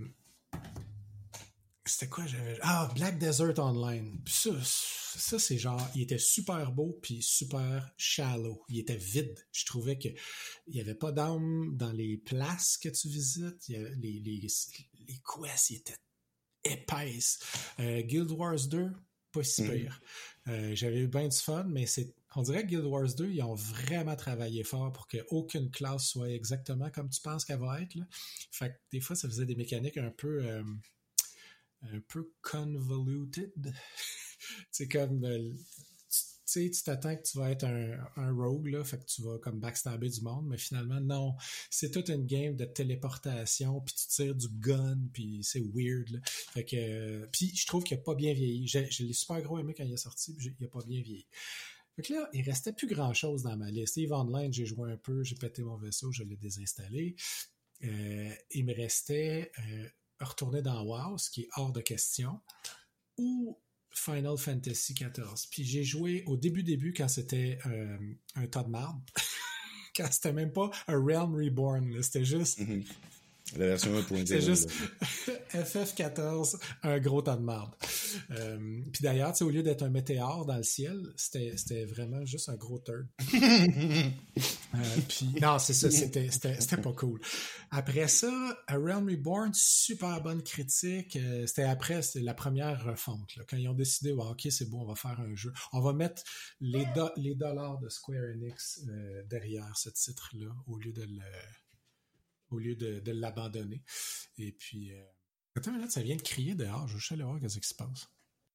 c'était quoi? J'avais... Ah, Black Desert Online. Puis ça, ça, c'est genre... Il était super beau, puis super shallow. Il était vide. Je trouvais que il n'y avait pas d'âme dans les places que tu visites. Il y avait les, les, les quests, ils étaient épaisses. Euh, Guild Wars deux, pas si pire. Mm-hmm. Euh, j'avais eu bien du fun, mais c'est, on dirait que Guild Wars deux, ils ont vraiment travaillé fort pour qu'aucune classe soit exactement comme tu penses qu'elle va être, là. Fait que des fois, ça faisait des mécaniques un peu euh, un peu convoluted. C'est comme euh, tu sais, tu t'attends que tu vas être un, un rogue, là, fait que tu vas comme backstabber du monde, mais finalement, non. C'est toute une game de téléportation, puis tu tires du gun, puis c'est weird, là. Fait que... Euh, puis je trouve qu'il a pas bien vieilli. Je, je l'ai super gros aimé quand il est sorti, puis il a pas bien vieilli. Fait que là, il restait plus grand-chose dans ma liste. Eve Online, j'ai joué un peu, j'ai pété mon vaisseau, je l'ai désinstallé. Euh, il me restait euh, retourner dans WoW, ce qui est hors de question, ou Final Fantasy quatorze. Puis j'ai joué au début début quand c'était euh, un tas de marde. Quand c'était même pas un Realm Reborn, là. C'était juste...
Mm-hmm. La version un point zéro.
C'était juste F F quatorze, un gros tas de marde. Euh, puis d'ailleurs, tu sais, au lieu d'être un météore dans le ciel, c'était, c'était vraiment juste un gros turd. Euh, puis, non, c'est ça, c'était, c'était, c'était pas cool. Après ça, A Realm Reborn, super bonne critique. Euh, c'était après, c'était la première refonte. Là, quand ils ont décidé, ouais, OK, c'est bon, on va faire un jeu. On va mettre les, do- les dollars de Square Enix euh, derrière ce titre-là, au lieu de le, au lieu de, de l'abandonner. Et puis, euh... attends une minute, ça vient de crier dehors. Je vais juste aller voir qu'est-ce qui se passe.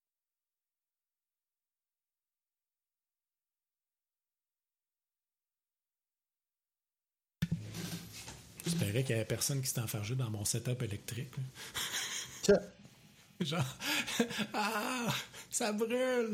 J'espérais qu'il n'y avait personne qui s'était enfargé dans mon setup électrique. Genre, ah, ça brûle!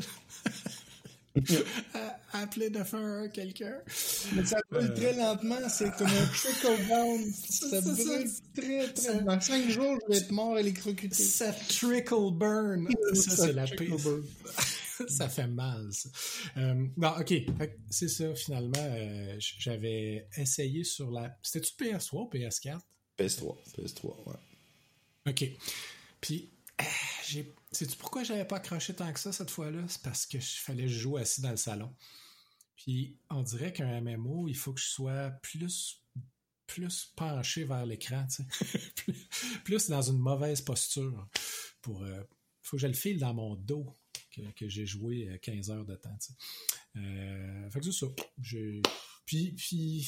Appelez de feu quelqu'un.
Mais ça brûle euh... très lentement, c'est comme un trickle down. Ça brûle ça, très, très. Ça... Dans cinq jours, je vais être mort électrocuté.
Ça trickle burn. Ça, ça c'est la pire. Ça fait mal, ça. Euh, non, OK. C'est ça, finalement. Euh, j'avais essayé sur la... C'était-tu P S trois ou P S quatre?
P S trois. P S trois, ouais.
OK. Puis, euh, j'ai... sais-tu pourquoi j'avais pas accroché tant que ça cette fois-là? C'est parce que je fallait jouer assis dans le salon. Puis, on dirait qu'un M M O, il faut que je sois plus... plus penché vers l'écran, tu sais. plus, plus dans une mauvaise posture. Pour... Euh... faut que je le file dans mon dos. Que, que j'ai joué quinze heures de temps. Tu sais. euh, fait que c'est ça. J'ai... Puis, puis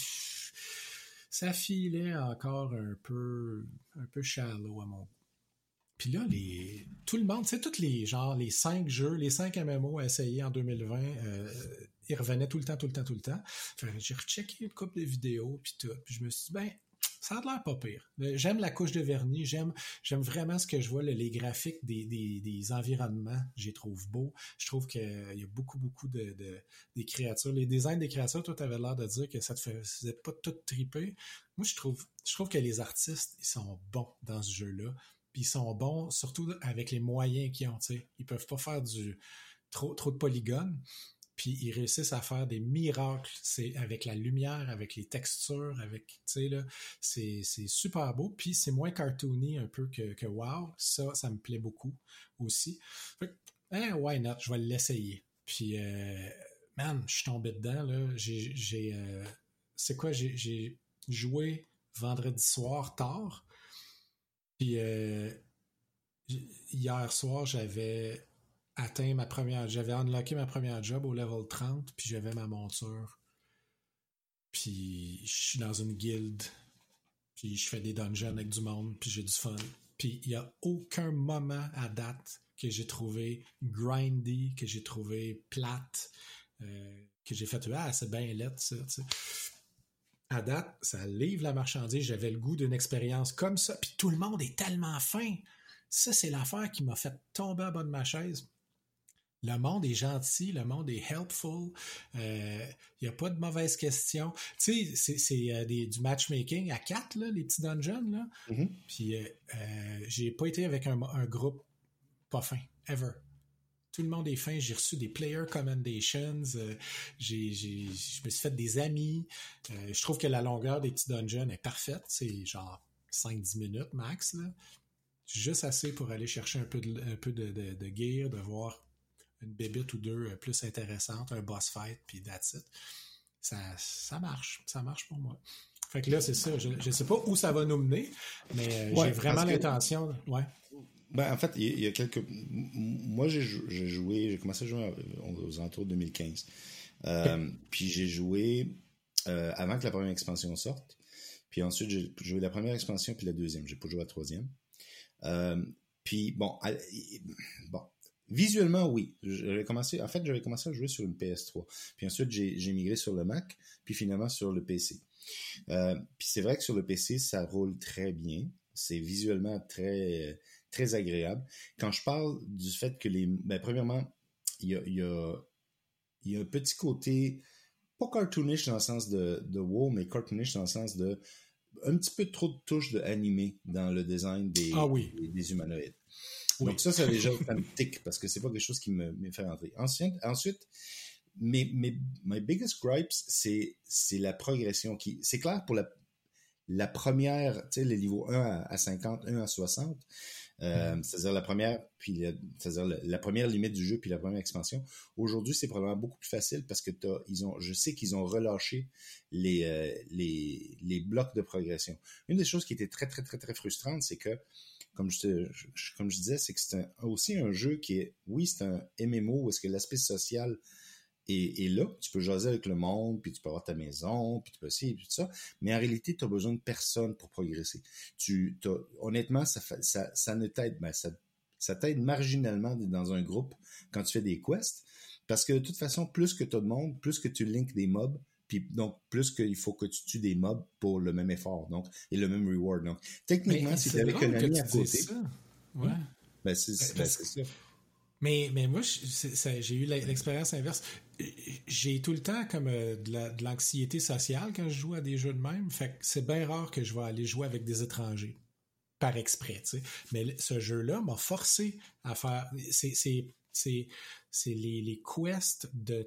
ça filait encore un peu un peu shallow à mon goût. Puis là, les, tout le monde, tu sais, tous les genre les cinq jeux, les cinq M M O à essayer en deux mille vingt, euh, ils revenaient tout le temps, tout le temps, tout le temps. Fait que j'ai rechecké une couple de vidéos, puis tout. Puis je me suis dit, ben, ça a l'air pas pire. J'aime la couche de vernis, j'aime, j'aime vraiment ce que je vois, les graphiques des, des, des environnements, je les trouve beaux. Je trouve qu'il y a beaucoup, beaucoup de, de des créatures. Les designs des créatures, toi, tu avais l'air de dire que ça te faisait pas tout triper. Moi, je trouve, je trouve que les artistes, ils sont bons dans ce jeu-là. Puis ils sont bons, surtout avec les moyens qu'ils ont. T'sais. Ils peuvent pas faire du trop, trop de polygones. Puis ils réussissent à faire des miracles. C'est avec la lumière, avec les textures, avec, tu sais, là, c'est, c'est super beau. Puis c'est moins cartoony un peu que, que WoW. Ça, ça me plaît beaucoup aussi. Fait que, hein, why not? Je vais l'essayer. Puis, euh, man, je suis tombé dedans, là. J'ai, j'ai euh, c'est quoi? J'ai, j'ai joué vendredi soir tard. Puis euh, hier soir, j'avais atteint ma première... J'avais unlocké ma première job au level trente, puis j'avais ma monture. Puis je suis dans une guilde, puis je fais des dungeons avec du monde, puis j'ai du fun. Puis il n'y a aucun moment à date que j'ai trouvé grindy, que j'ai trouvé plate, euh, que j'ai fait « Ah, c'est bien laid, ça, tu sais. » À date, ça livre la marchandise. J'avais le goût d'une expérience comme ça. Puis tout le monde est tellement fin. Ça, c'est l'affaire qui m'a fait tomber à bas de ma chaise. Le monde est gentil, le monde est helpful. Il euh, n'y a pas de mauvaises questions. Tu sais, c'est, c'est euh, des, du matchmaking à quatre, là, les petits dungeons. Là. Mm-hmm. Puis euh, euh, j'ai pas été avec un, un groupe pas fin, ever. Tout le monde est fin. J'ai reçu des player commendations. Euh, j'ai, j'ai, je me suis fait des amis. Euh, je trouve que la longueur des petits dungeons est parfaite. C'est genre cinq dix minutes max. Là. Juste assez pour aller chercher un peu de, un peu de, de, de gear, de voir une bébite ou deux plus intéressante, un boss fight, puis that's it. Ça, ça marche. Ça marche pour moi. Fait que là, c'est ça. Je ne sais pas où ça va nous mener, mais euh, ouais, j'ai vraiment l'intention. Que... Ouais.
Ben, en fait, il y, il y a quelques... Moi, j'ai, j'ai joué... J'ai commencé à jouer aux alentours de deux mille quinze. Euh, okay. Puis j'ai joué euh, avant que la première expansion sorte. Puis ensuite, j'ai joué la première expansion puis la deuxième. J'ai pas joué la troisième. Euh, puis, bon... À, bon... Visuellement, oui. J'avais commencé... En fait, j'avais commencé à jouer sur une P S trois. Puis ensuite, j'ai, j'ai migré sur le Mac. Puis finalement, sur le P C. Euh, puis c'est vrai que sur le P C, ça roule très bien. C'est visuellement très... très agréable. Quand je parle du fait que les... Ben, premièrement, il y a, il y a, il y a un petit côté, pas cartoonish dans le sens de, de WoW, mais cartoonish dans le sens de un petit peu trop de touches de animé dans le design des,
ah oui.
des, des humanoïdes. Oui. Donc ça, ça déjà ça me tique parce que c'est pas quelque chose qui me, me fait rentrer. Ensuite, ensuite mes, mes, my biggest gripes, c'est, c'est la progression qui... C'est clair pour la, la première, tu sais, les niveaux un à cinquante, un à soixante, Euh, mm. C'est-à-dire la première, puis la, c'est-à-dire la, la première limite du jeu, puis la première expansion. Aujourd'hui, c'est probablement beaucoup plus facile parce que t'as, ils ont, je sais qu'ils ont relâché les, euh, les, les blocs de progression. Une des choses qui était très, très, très, très frustrante, c'est que, comme je, te, je, comme je disais, c'est que c'est un, aussi un jeu qui est, oui, c'est un M M O où est-ce que l'aspect social Et, et là, tu peux jaser avec le monde, puis tu peux avoir ta maison, puis tu peux aussi, puis tout ça. Mais en réalité, tu as besoin de personne pour progresser. Tu, honnêtement, ça, ça, ça ne t'aide, ben, ça, ça t'aide marginalement d'être dans un groupe quand tu fais des quests. Parce que de toute façon, plus que tu as de monde, plus que tu links des mobs, puis donc plus qu'il faut que tu tues des mobs pour le même effort, donc, et le même reward. Donc, techniquement, mais si tu avais un ami à côté.
Ça. Ouais.
Ben, c'est, ben, c'est ça.
Mais, mais moi, c'est, ça, j'ai eu l'expérience inverse. J'ai tout le temps comme euh, de, la, de l'anxiété sociale quand je joue à des jeux de même. Fait que c'est bien rare que je vais aller jouer avec des étrangers. Par exprès, tu sais. Mais ce jeu-là m'a forcé à faire... C'est, c'est, c'est, c'est les, les quests de...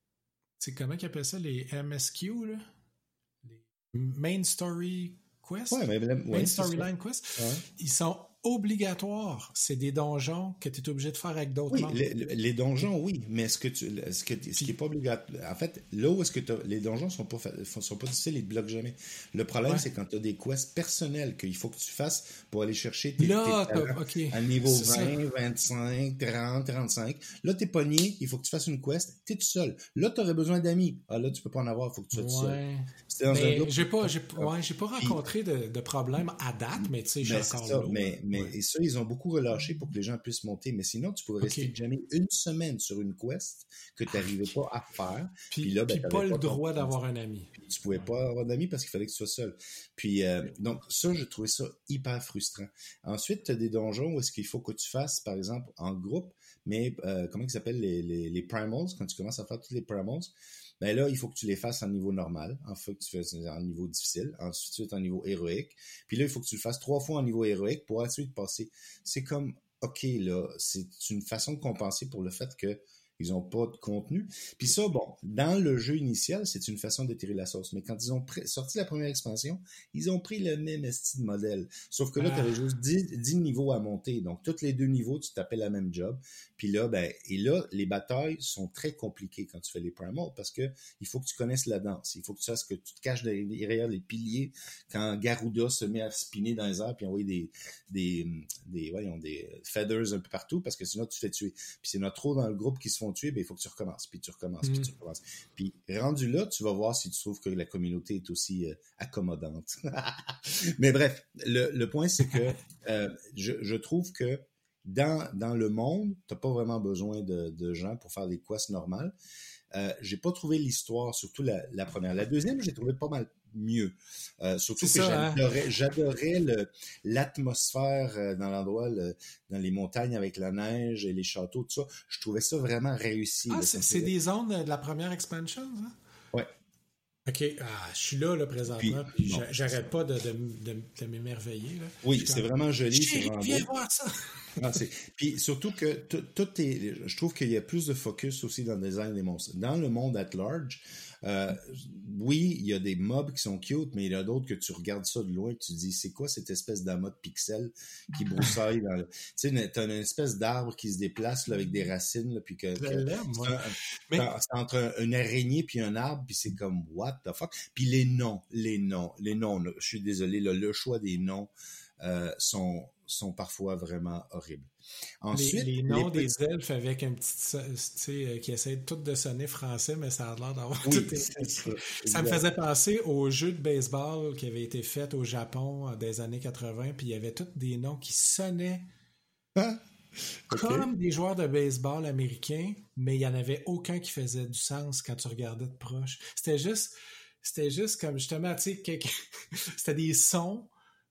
Tu sais, comment ils appellent ça? Les M S Q, là? Les Main Story Quest?
Ouais, mais, mais,
Main
ouais,
Storyline Quest?
Ouais.
Ils sont... obligatoire. C'est des donjons que tu es obligé de faire avec d'autres
oui,
membres.
Les, les donjons, oui, mais ce que tu, ce, que, ce qui n'est pas obligatoire. En fait, là où est-ce que les donjons sont pas, sont pas difficiles, ils ne te bloquent jamais. Le problème, ouais. c'est quand tu as des quests personnels qu'il faut que tu fasses pour aller chercher tes,
là,
tes talents
okay.
à niveau c'est vingt, vingt-cinq, trente, trente-cinq. Là, tu es pogné, il faut que tu fasses une quest, tu es tout seul. Là, tu aurais besoin d'amis. Ah, là, tu peux pas en avoir, il faut que tu sois
ouais.
tout seul.
Mais un j'ai pas, j'ai, ouais, j'ai pas rencontré Puis, de, de problème à date, mais tu sais, j'ai encore
ça,
là.
Mais, mais ouais. Et ça, ils ont beaucoup relâché pour que les gens puissent monter. Mais sinon, tu pourrais okay. rester jamais une semaine sur une quest que tu n'arrivais ah, pas à faire.
Puis, puis là, ben, puis pas, pas le droit d'avoir un ami.
Puis tu pouvais ouais. pas avoir d'amis parce qu'il fallait que tu sois seul. Puis euh, donc ça, j'ai trouvé ça hyper frustrant. Ensuite, tu as des donjons où est-ce qu'il faut que tu fasses, par exemple, en groupe, mais euh, comment ils s'appellent les, les, les primals, quand tu commences à faire tous les primals, ben là, il faut que tu les fasses en niveau normal, en fait, que tu fais en niveau difficile, ensuite en niveau héroïque, puis là, il faut que tu le fasses trois fois en niveau héroïque pour ensuite passer. C'est comme, OK, là, c'est une façon de compenser pour le fait que ils n'ont pas de contenu. Puis ça, bon, dans le jeu initial, c'est une façon d'étirer la sauce. Mais quand ils ont pr- sorti la première expansion, ils ont pris le même esti de modèle. Sauf que là, ah. tu avais juste dix, dix niveaux à monter. Donc, tous les deux niveaux, tu tapais la même job. Puis là, ben, et là, les batailles sont très compliquées quand tu fais les primals parce que il faut que tu connaisses la danse. Il faut que tu saches que tu te caches derrière les piliers quand Garuda se met à spinner dans les airs puis envoyer des, des, des, voyons, des feathers un peu partout parce que sinon, tu te fais tuer. Puis c'est notre trop dans le groupe qui se font tuer, ben, il faut que tu recommences, puis tu recommences, mmh. puis tu recommences. Puis rendu là, tu vas voir si tu trouves que la communauté est aussi euh, accommodante. Mais bref, le, le point, c'est que euh, je, je trouve que dans, dans le monde, tu n'as pas vraiment besoin de, de gens pour faire des quests normales. Euh, j'ai pas trouvé l'histoire, surtout la, la première. La deuxième, j'ai trouvé pas mal mieux. Euh, surtout c'est que ça, j'adorais, hein? j'adorais le, l'atmosphère euh, dans l'endroit, le, dans les montagnes avec la neige et les châteaux, tout ça. Je trouvais ça vraiment réussi.
Ah,
là,
c'est, c'est des zones de la première expansion, ça?
Ouais.
OK. Ah, je suis là, là, présentement, puis, puis bon, j'arrête pas de, de, de, de m'émerveiller. Là.
Oui, c'est comme... vraiment joli.
J'ai,
c'est vraiment
viens
beau.
voir ça!
Ah, c'est... Puis surtout que tout, tout est... Je trouve qu'il y a plus de focus aussi dans le design des monstres. Dans le monde at large, euh, oui, il y a des mobs qui sont cute, mais il y en a d'autres que tu regardes ça de loin et tu te dis, c'est quoi cette espèce d'amas de pixels qui broussaille dans le... Tu sais, t'as une espèce d'arbre qui se déplace là, avec des racines, là, puis que... que
l'aime,
c'est,
moi.
un, mais... c'est entre une araignée puis un arbre, puis c'est comme, what the fuck? Puis les noms, les noms, les noms, là, je suis désolé, là, le choix des noms euh, sont... sont parfois vraiment horribles.
Ensuite, les, les noms les petits... des elfes avec un petit, tu sais, euh, qui essaient tout de sonner français, mais ça a l'air d'avoir
oui,
tout été... Ça, ça me faisait penser au jeu de baseball qui avait été fait au Japon euh, des années quatre-vingts, puis il y avait tous des noms qui sonnaient ah, okay. comme des joueurs de baseball américains, mais il n'y en avait aucun qui faisait du sens quand tu regardais de proche. C'était juste, c'était juste comme justement, tu sais, quelque... c'était des sons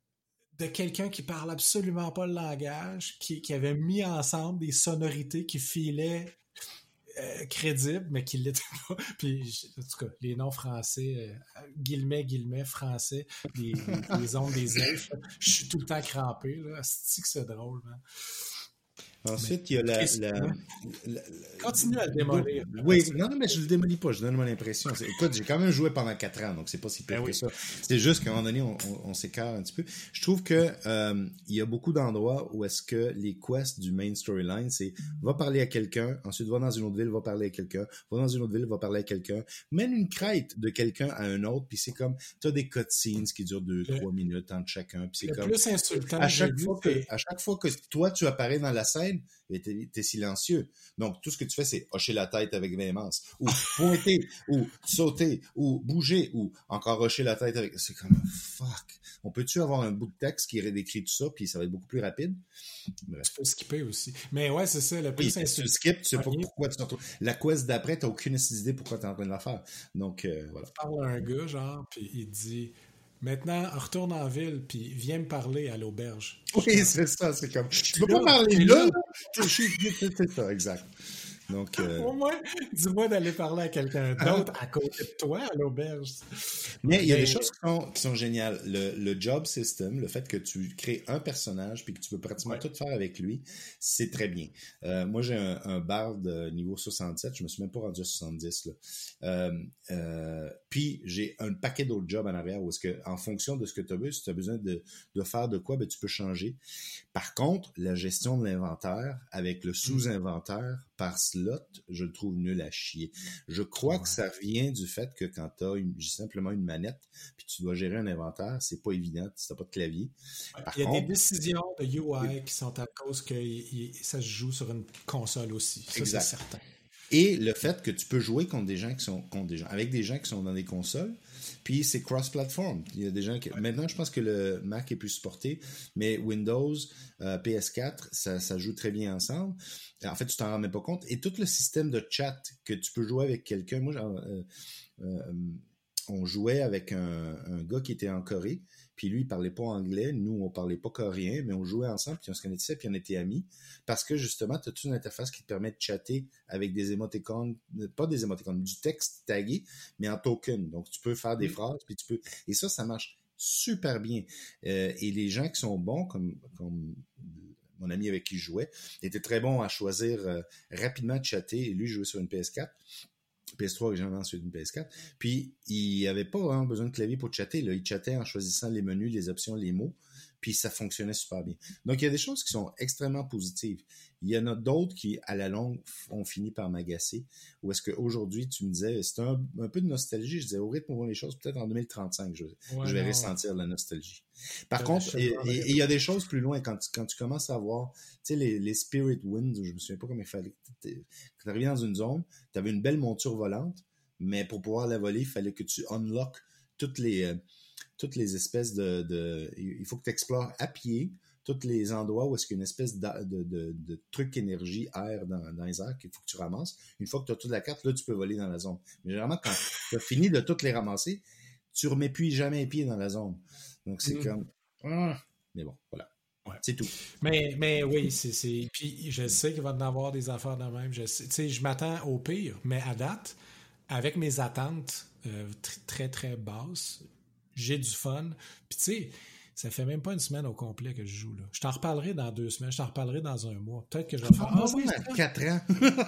de quelqu'un qui parle absolument pas le langage, qui, qui avait mis ensemble des sonorités qui filaient euh, crédibles, mais qui l'étaient pas. Puis, en tout cas, les noms français, euh, guillemets, guillemets, français, les, les, les ondes des elfes, je suis tout le temps crampé, là. C'est-tu que c'est drôle, man?
Ensuite, il y a la... la,
la Continue à le démolir.
Oui, non, non, mais je le démolis pas, je donne mon impression. Écoute, j'ai quand même joué pendant quatre ans, donc c'est pas si pire ben que oui. ça. C'est juste qu'à un moment donné, on, on, on s'écarte un petit peu. Je trouve que euh, il y a beaucoup d'endroits où est-ce que les quests du main storyline, c'est va parler à quelqu'un, ensuite va dans une autre ville, va parler à quelqu'un, va dans une autre ville, va parler à quelqu'un, mène une crête de quelqu'un à un autre, puis c'est comme, t'as des cutscenes qui durent deux, trois minutes entre chacun, puis c'est
le
comme...
plus insultant
à chaque, fois que, à chaque fois que toi, tu apparais dans la scène, t'es, t'es silencieux. Donc, tout ce que tu fais, c'est hocher la tête avec véhémence, ou pointer, ou sauter, ou bouger, ou encore hocher la tête avec... C'est comme, fuck. On peut-tu avoir un bout de texte qui décrit tout ça, puis ça va être beaucoup plus rapide?
Bref. Tu peux skipper aussi. Mais ouais, c'est ça, le plus
oui, insultant. Tu skippes, tu sais pas pourquoi tu t'en trouves. La quest d'après, t'as aucune idée pourquoi t'es en train de la faire. Donc, euh, voilà.
Tu parles à un gars, genre, puis il dit... Maintenant, retourne en ville, puis viens me parler à l'auberge.
Oui, c'est ça, c'est comme... Je peux pas parler là, là. C'est ça, exact. Donc, euh...
au moins, dis-moi d'aller parler à quelqu'un d'autre à côté de toi à l'auberge.
Mais il y a des choses qui sont, qui sont géniales. Le, le job system, le fait que tu crées un personnage puis que tu peux pratiquement ouais. tout faire avec lui, c'est très bien. Euh, moi, j'ai un, un bard de niveau soixante-sept. Je me suis même pas rendu à soixante-dix. Là. Euh, euh, puis, j'ai un paquet d'autres jobs en arrière où est-ce que, en fonction de ce que tu as besoin, si tu as besoin de, de faire de quoi, ben, tu peux changer. Par contre, la gestion de l'inventaire avec le sous-inventaire par slot, je le trouve nul à chier. Je crois ouais. que ça vient du fait que quand tu as simplement une manette puis tu dois gérer un inventaire, c'est pas évident si tu n'as pas de clavier.
Par il y a contre, des décisions de U I qui sont à cause que y, y, ça se joue sur une console aussi. Ça, exact. C'est certain.
Et le fait que tu peux jouer contre des gens qui sont contre des gens, avec des gens qui sont dans des consoles, puis c'est cross-platform. Il y a des gens qui... Ouais. Maintenant, je pense que le Mac est plus supporté, mais Windows, euh, P S quatre, ça, ça joue très bien ensemble. En fait, tu t'en rends même pas compte. Et tout le système de chat que tu peux jouer avec quelqu'un, moi, genre, euh, euh, on jouait avec un, un gars qui était en Corée, puis lui, il parlait pas anglais, nous, on parlait pas coréen, mais on jouait ensemble, puis on se connaissait, puis on était amis, parce que justement, tu as toute une interface qui te permet de chatter avec des émoticônes, pas des émoticônes, du texte tagué, mais en token. Donc, tu peux faire des oui. phrases, puis tu peux... Et ça, ça marche super bien. Euh, et les gens qui sont bons, comme... comme mon ami avec qui je jouais, était très bon à choisir euh, rapidement de chatter, et lui, jouait sur une P S quatre. P S trois originellement sur une P S quatre. Puis, il n'avait pas vraiment besoin de clavier pour chatter. Là. Il chattait en choisissant les menus, les options, les mots. Puis, ça fonctionnait super bien. Donc, il y a des choses qui sont extrêmement positives. Il y en a d'autres qui, à la longue, ont fini par m'agacer. Ou est-ce qu'aujourd'hui, tu me disais, c'est un, un peu de nostalgie. Je disais, au rythme où vont les choses, peut-être en deux mille trente-cinq, je, ouais, je vais non, ressentir ouais. la nostalgie. Par ouais, contre, il y a des choses plus loin. Quand tu, quand tu commences à voir, tu sais, les, les Spirit Winds, je me souviens pas comment il fallait. Quand tu arrivais dans une zone, tu avais une belle monture volante, mais pour pouvoir la voler, il fallait que tu unlock toutes les, euh, toutes les espèces de, de... Il faut que tu explores à pied tous les endroits où est-ce qu'il y a une espèce de, de, de, de truc énergie, air dans, dans les airs qu'il faut que tu ramasses. Une fois que tu as toute la carte, là, tu peux voler dans la zone. Mais généralement, quand tu as fini de toutes les ramasser, tu remets plus jamais les pieds dans la zone. Donc, c'est mmh. comme... Ah. Mais bon, voilà. Ouais. C'est tout.
Mais, mais oui, c'est, c'est... Puis je sais qu'il va y en avoir des affaires de même. Je sais, tu sais, je m'attends au pire, mais à date, avec mes attentes euh, très, très, très basses, j'ai du fun. Puis tu sais, ça fait même pas une semaine au complet que je joue, là. Je t'en reparlerai dans deux semaines, je t'en reparlerai dans un mois. Peut-être que je vais faire...
Ah, oui, quatre ans.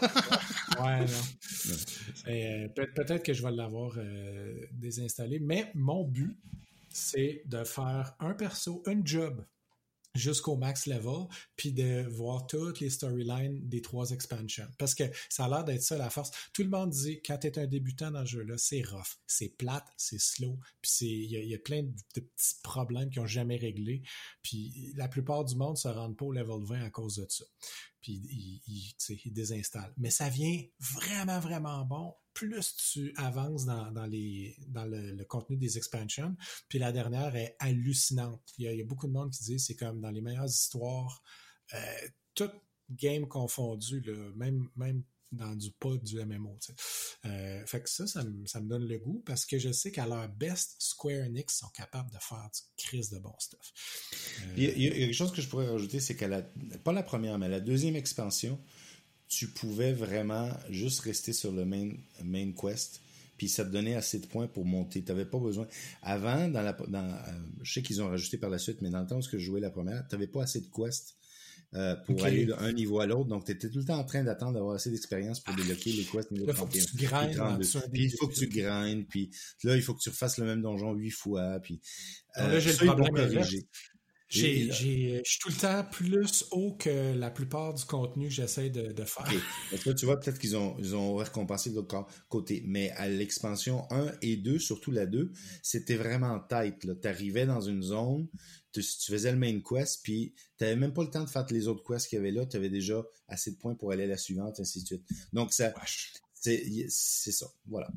Ouais, non. Et, euh, peut- peut-être que je vais l'avoir euh, désinstallé, mais mon but, c'est de faire un perso, un job jusqu'au max level, puis de voir toutes les storylines des trois expansions. Parce que ça a l'air d'être ça la force. Tout le monde dit, quand tu es un débutant dans ce jeu-là, c'est rough, c'est plate, c'est slow, puis il y, y a plein de, de petits problèmes qu'ils n'ont jamais réglés. Puis la plupart du monde ne se rendent pas au level vingt à cause de ça. Puis ils, ils, ils désinstallent. Mais ça vient vraiment, vraiment bon plus tu avances dans, dans, les, dans le, le contenu des expansions. Puis la dernière est hallucinante. Il y a, il y a beaucoup de monde qui dit que c'est comme dans les meilleures histoires, euh, tout game confondu, là, même, même dans du pas du M M O. Tu sais. Euh, fait que ça, ça me, ça me donne le goût parce que je sais qu'à leur best, Square Enix sont capables de faire du crise de bon stuff.
Euh, il, y a, il y a quelque chose que je pourrais rajouter, c'est qu'à la, pas la première, mais la deuxième expansion, tu pouvais vraiment juste rester sur le main, main quest, puis ça te donnait assez de points pour monter. Tu n'avais pas besoin... Avant, dans la, dans, euh, je sais qu'ils ont rajouté par la suite, mais dans le temps où je jouais la première, tu n'avais pas assez de quests euh, pour okay. aller d'un niveau à l'autre. Donc, tu étais tout le temps en train d'attendre d'avoir assez d'expérience pour débloquer les quests niveau trente et un. Puis il faut que tu grindes, puis là, il faut que tu refasses le même donjon huit fois. Puis,
euh, là, j'ai ça, le problème corriger. J'ai, j'ai, je suis tout le temps plus haut que la plupart du contenu que j'essaie de, de faire.
Okay. Donc là, tu vois, peut-être qu'ils ont, ils ont récompensé de l'autre côté. Mais à l'expansion un et deux, surtout la deux, c'était vraiment tight. Tu arrivais dans une zone, tu, tu faisais le main quest, puis tu n'avais même pas le temps de faire les autres quests qu'il y avait là. Tu avais déjà assez de points pour aller à la suivante, ainsi de suite. Donc, ça, c'est, c'est ça. Voilà.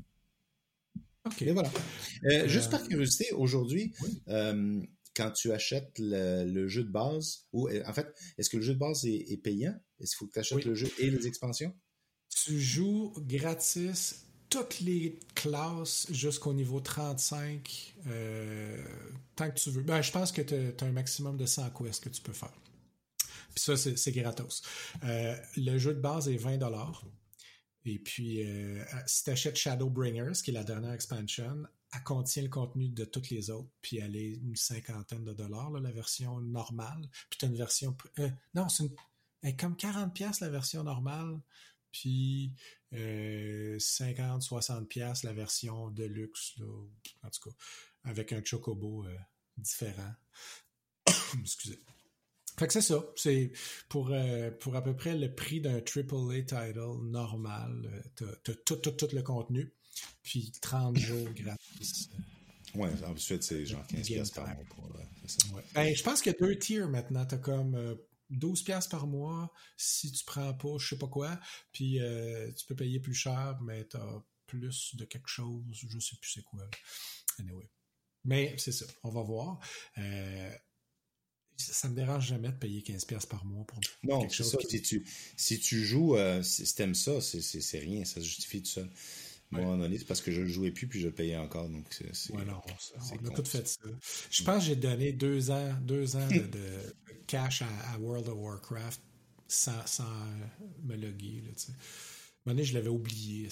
OK.
Et voilà. Euh, euh... Juste par curiosité, aujourd'hui... Oui. Euh, quand tu achètes le, le jeu de base, ou en fait, est-ce que le jeu de base est, est payant? Est-ce qu'il faut que tu achètes oui. le jeu et les expansions?
Tu joues gratis toutes les classes jusqu'au niveau trente-cinq, euh, tant que tu veux. Ben, je pense que tu as un maximum de cent quests que tu peux faire. Puis ça, c'est, c'est gratos. Euh, le jeu de base est vingt dollars. Et puis, euh, si tu achètes Shadowbringers, qui est la dernière expansion, elle contient le contenu de toutes les autres, puis elle est une cinquantaine de dollars, là, la version normale. Puis tu as une version... Euh, non, c'est une, elle est comme quarante piastres la version normale, puis euh, cinquante, soixante piastres la version deluxe, là, en tout cas, avec un chocobo euh, différent. Excusez. Fait que c'est ça. C'est pour, euh, pour à peu près le prix d'un triple A title normal. T'as, t'as tout, tout, tout le contenu. Puis trente jours gratis.
Ouais, ensuite, c'est genre quinze piastres par mois. Pour, euh, c'est ça.
Ouais. Ben, je pense qu'il y a deux tiers maintenant. T'as comme euh, douze piastres par mois si tu prends pas je sais pas quoi. Puis euh, tu peux payer plus cher, mais t'as plus de quelque chose. Je sais plus c'est quoi. Anyway. Mais c'est ça. On va voir. Euh, ça me dérange jamais de payer quinze piastres par mois pour
non,
quelque
c'est
chose.
Ça.
Qui...
Si, tu, si tu joues, euh, si, si t'aimes ça, c'est, c'est, c'est rien. Ça se justifie tout seul. Moi, ouais. donné, c'est parce que je le jouais plus puis je le payais encore. Donc c'est, c'est,
ouais, non, ça,
c'est
on
con,
a tout fait ça. Je pense que j'ai donné deux ans, deux ans de, de cash à, à World of Warcraft sans, sans me loguer. Là, tu sais. À un moment donné, je l'avais oublié.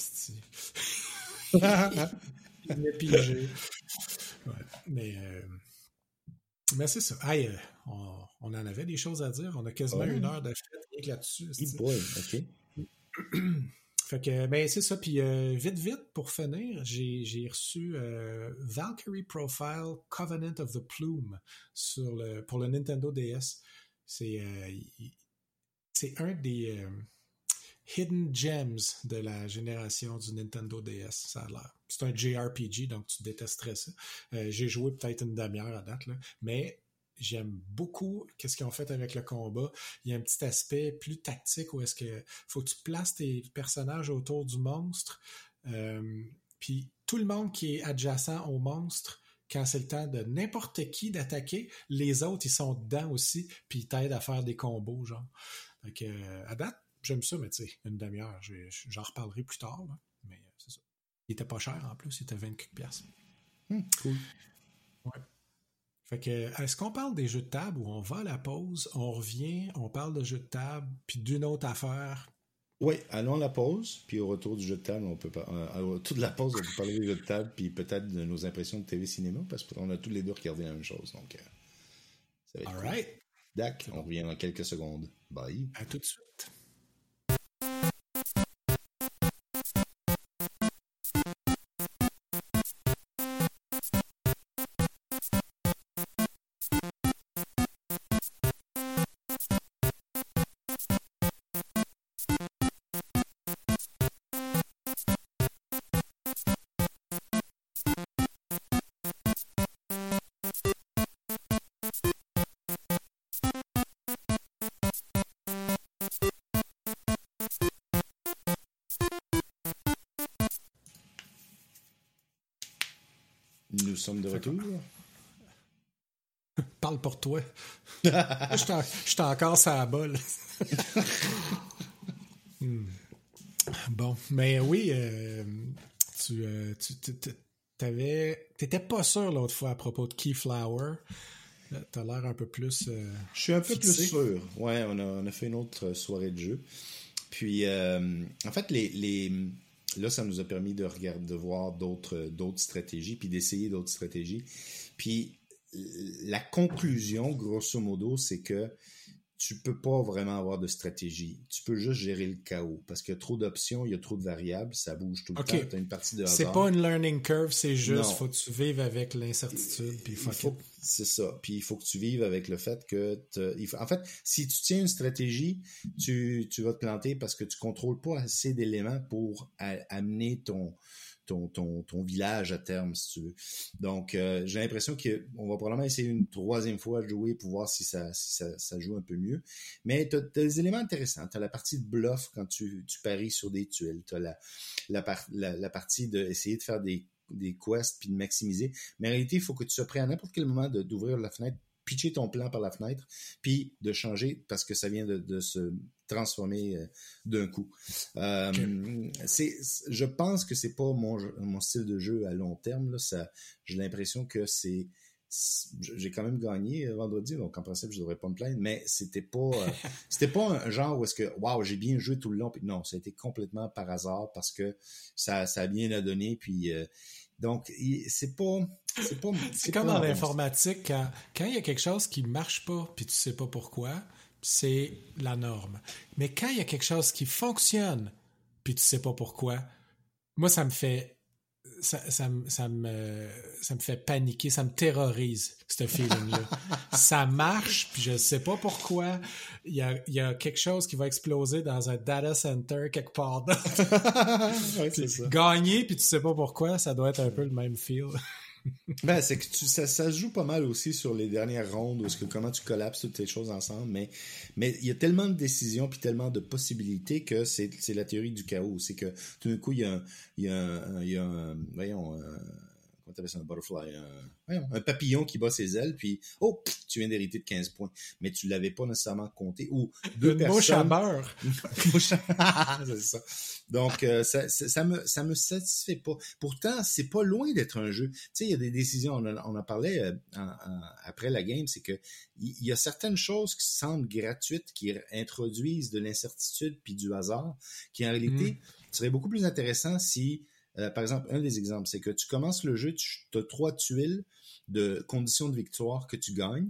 Il m'a pigé. Ouais, mais, euh, mais c'est ça. Hey, euh, on, on en avait des choses à dire. On a quasiment oh. une heure de fête rien que là-dessus.
Hey boy, OK.
Fait que, ben, c'est ça. Puis, euh, vite, vite, pour finir, j'ai, j'ai reçu euh, Valkyrie Profile Covenant of the Plume sur le, pour le Nintendo D S. C'est, euh, c'est un des euh, hidden gems de la génération du Nintendo D S, ça a l'air. C'est un J R P G, donc tu détesterais ça. Euh, j'ai joué peut-être une demi-heure à date, là, mais... J'aime beaucoup qu'est-ce qu'ils ont fait avec le combat. Il y a un petit aspect plus tactique où est-ce que faut que tu places tes personnages autour du monstre. Euh, puis tout le monde qui est adjacent au monstre, quand c'est le temps de n'importe qui d'attaquer, les autres, ils sont dedans aussi, puis ils t'aident à faire des combos, genre. Fait que, euh, à date, j'aime ça, mais tu sais, une demi-heure, j'en reparlerai plus tard, là. Mais euh, c'est ça. Il était pas cher en plus, il était vingt-quatre piastres.
Mmh, cool.
Ouais. Fait que, est-ce qu'on parle des jeux de table où on va à la pause, on revient, on parle de jeux de table, puis d'une autre affaire?
Oui, allons à la pause, puis au retour du jeu de table, on peut pas, euh, au retour de la pause, on peut parler des jeux de table, puis peut-être de nos impressions de T V cinéma, parce qu'on a tous les deux regardé la même chose, donc euh, ça va être
All
cool.
right.
Dac, on revient dans quelques secondes. Bye.
À tout de suite.
Nous sommes de retour.
Parle pour toi. Je suis encore sur la balle. hmm. Bon, mais oui, euh, tu, euh, tu t'avais, t'étais pas sûr l'autre fois à propos de Keyflower. T'as l'air un peu plus euh,
Je suis un peu
fixé.
plus sûr. Ouais, on a, on a fait une autre soirée de jeu. Puis, euh, en fait, les, les, là, ça nous a permis de regarder, de voir d'autres, d'autres stratégies, puis d'essayer d'autres stratégies. Puis, la conclusion, grosso modo, c'est que tu peux pas vraiment avoir de stratégie. Tu peux juste gérer le chaos. Parce qu'il y a trop d'options, il y a trop de variables, ça bouge tout le
okay.
temps. Tu as une partie de hasard.
C'est pas une learning curve, c'est juste, non. Faut que tu vives avec l'incertitude. Puis fuck
faut, c'est ça. Puis il faut que tu vives avec le fait que... Il faut, en fait, si tu tiens une stratégie, tu, tu vas te planter parce que tu contrôles pas assez d'éléments pour a, amener ton... Ton, ton, ton village à terme, si tu veux. Donc, euh, j'ai l'impression qu'on va probablement essayer une troisième fois à jouer pour voir si ça, si ça, ça joue un peu mieux. Mais tu as des éléments intéressants. Tu as la partie de bluff quand tu, tu paries sur des tuiles. Tu as la, la, par, la, la partie d'essayer de faire des, des quests puis de maximiser. Mais en réalité, il faut que tu sois prêt à n'importe quel moment de, d'ouvrir la fenêtre, pitcher ton plan par la fenêtre, puis de changer parce que ça vient de, de se transformer euh, d'un coup. Euh, okay. c'est, je pense que c'est pas mon, mon style de jeu à long terme. Là, ça, j'ai l'impression que c'est, c'est... J'ai quand même gagné vendredi, donc en principe, je devrais pas me plaindre, mais c'était pas euh, c'était pas un genre où est-ce que waouh, j'ai bien joué tout le long. Puis non, ça a été complètement par hasard parce que ça, ça a bien à donner. Puis euh, donc, c'est pas... C'est, pas,
c'est, c'est comme en informatique, quand, quand il y a quelque chose qui marche pas, puis tu sais pas pourquoi, c'est la norme. Mais quand il y a quelque chose qui fonctionne, puis tu sais pas pourquoi, moi, ça me fait... Ça, ça, ça, me, ça me fait paniquer, ça me terrorise, ce feeling-là. Ça marche, puis je sais pas pourquoi. Il y a, il y a quelque chose qui va exploser dans un data center quelque part. Ouais, c'est ça. Gagner, puis tu sais pas pourquoi, ça doit être un peu le même feel.
Ben, c'est que tu, ça, ça se joue pas mal aussi sur les dernières rondes, où est-ce que comment tu collapses toutes ces choses ensemble, mais mais il y a tellement de décisions puis tellement de possibilités que c'est, c'est la théorie du chaos. C'est que tout d'un coup, il y a un, il y a un, il y a un, voyons, un, comment t'appelles ça, un butterfly, un, voyons, un papillon qui bat ses ailes, puis oh, pff, tu viens d'hériter de quinze points, mais tu l'avais pas nécessairement compté. Ou deux
Une
personnes.
Mouche à beurre.
C'est ça. Donc, euh, ça, ça, ça me, ça me satisfait pas. Pourtant, c'est pas loin d'être un jeu. Tu sais, il y a des décisions, on en, on en parlait euh, en, en, après la game, c'est que il y, y a certaines choses qui semblent gratuites, qui introduisent de l'incertitude puis du hasard, qui en réalité mm. serait beaucoup plus intéressant si, euh, par exemple, un des exemples, c'est que tu commences le jeu, tu as trois tuiles de conditions de victoire que tu gagnes,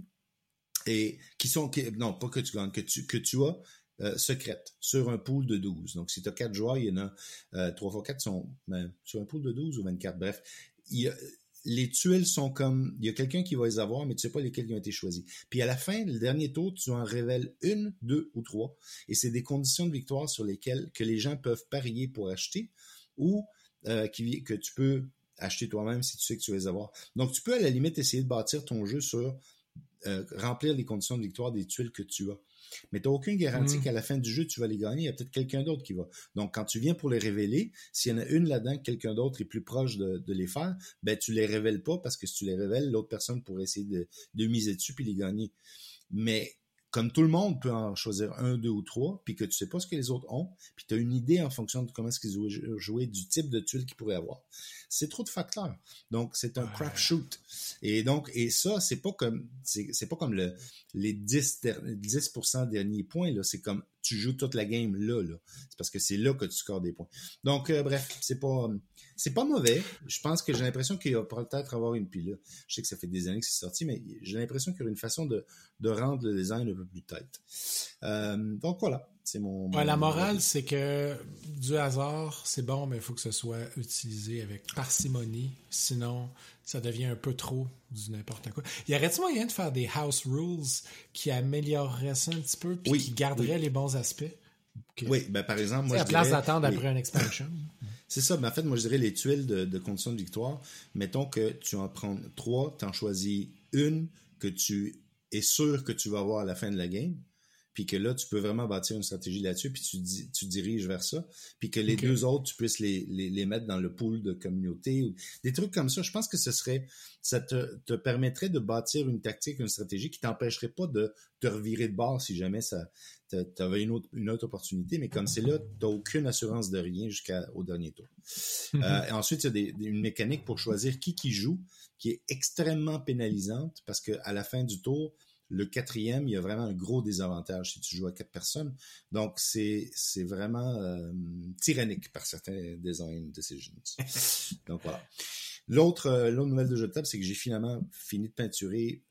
et qui sont, qui, non, pas que tu gagnes, que tu, que tu as Euh, secrète sur un pool de douze. Donc, si tu as quatre joueurs, il y en a euh, trois fois quatre sont ben, sur un pool de douze ou vingt-quatre. Bref, il y a, les tuiles sont comme... Il y a quelqu'un qui va les avoir, mais tu sais pas lesquels qui ont été choisis. Puis à la fin, le dernier tour, tu en révèles une, deux ou trois. Et c'est des conditions de victoire sur lesquelles que les gens peuvent parier pour acheter ou euh, qui, que tu peux acheter toi-même si tu sais que tu vas les avoir. Donc, tu peux à la limite essayer de bâtir ton jeu sur euh, remplir les conditions de victoire des tuiles que tu as. Mais tu n'as aucune garantie mmh. qu'à la fin du jeu, tu vas les gagner. Il y a peut-être quelqu'un d'autre qui va. Donc, quand tu viens pour les révéler, s'il y en a une là-dedans, quelqu'un d'autre est plus proche de, de les faire, ben tu les révèles pas parce que si tu les révèles, l'autre personne pourrait essayer de, de miser dessus puis les gagner. Mais comme tout le monde peut en choisir un, deux ou trois, puis que tu sais pas ce que les autres ont, puis tu as une idée en fonction de comment est-ce qu'ils ont joué, du type de tuiles qu'ils pourraient avoir. C'est trop de facteurs. Donc, c'est un ouais. crapshoot. Et donc, et ça, c'est pas comme, c'est, c'est pas comme le, les dix, dix pour cent derniers points, là. C'est comme, tu joues toute la game là, là. C'est parce que c'est là que tu scores des points. Donc, euh, bref, c'est pas, c'est pas mauvais. Je pense que j'ai l'impression qu'il va peut-être avoir une pile. Je sais que ça fait des années que c'est sorti, mais j'ai l'impression qu'il y a une façon de, de rendre le design un peu plus tight. Euh, donc voilà, c'est mon... mon
ouais, la morale, c'est que du hasard, c'est bon, mais il faut que ce soit utilisé avec parcimonie. Sinon, ça devient un peu trop du n'importe quoi. Y aurait-il moyen de faire des house rules qui amélioreraient ça un petit peu puis oui, qui garderaient oui. les bons aspects? Okay.
Oui, ben par exemple, moi
c'est
je
à place
dirais,
d'attendre
les...
après une expansion.
C'est ça, mais en fait, moi je dirais les tuiles de, de conditions de victoire. Mettons que tu en prends trois, tu en choisis une que tu es sûr que tu vas avoir à la fin de la game, puis que là, tu peux vraiment bâtir une stratégie là-dessus, puis tu, tu diriges vers ça, puis que les okay. deux autres, tu puisses les, les, les mettre dans le pool de communauté, ou des trucs comme ça. Je pense que ce serait, ça te, te permettrait de bâtir une tactique, une stratégie qui t'empêcherait pas de te revirer de bord si jamais ça, t'avais une autre, une autre opportunité, mais comme c'est là, t'as aucune assurance de rien jusqu'au dernier tour. Mm-hmm. Euh, et ensuite, il y a des, des, une mécanique pour choisir qui qui joue, qui est extrêmement pénalisante, parce que à la fin du tour, le quatrième, il y a vraiment un gros désavantage si tu joues à quatre personnes. Donc, c'est, c'est vraiment euh, tyrannique par certains design decisions. Donc, voilà. L'autre, euh, l'autre nouvelle de jeu de table, c'est que j'ai finalement fini de peinturer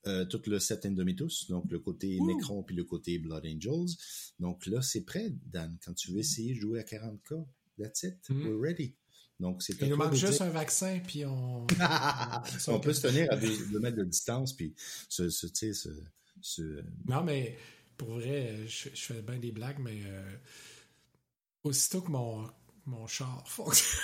euh, tout le set Indomitus, donc le côté Ouh. Necron puis le côté Blood Angels. Donc là, c'est prêt, Dan. Quand tu veux essayer de jouer à quarante K, that's it, mm. we're ready. Donc, c'est
il nous manque juste dire... un vaccin, puis on...
on peut se tenir à deux mètres de distance, puis se, se, tu sais, se, se...
Non, mais pour vrai, je, je fais bien des blagues, mais euh, aussitôt que mon, mon char fonctionne...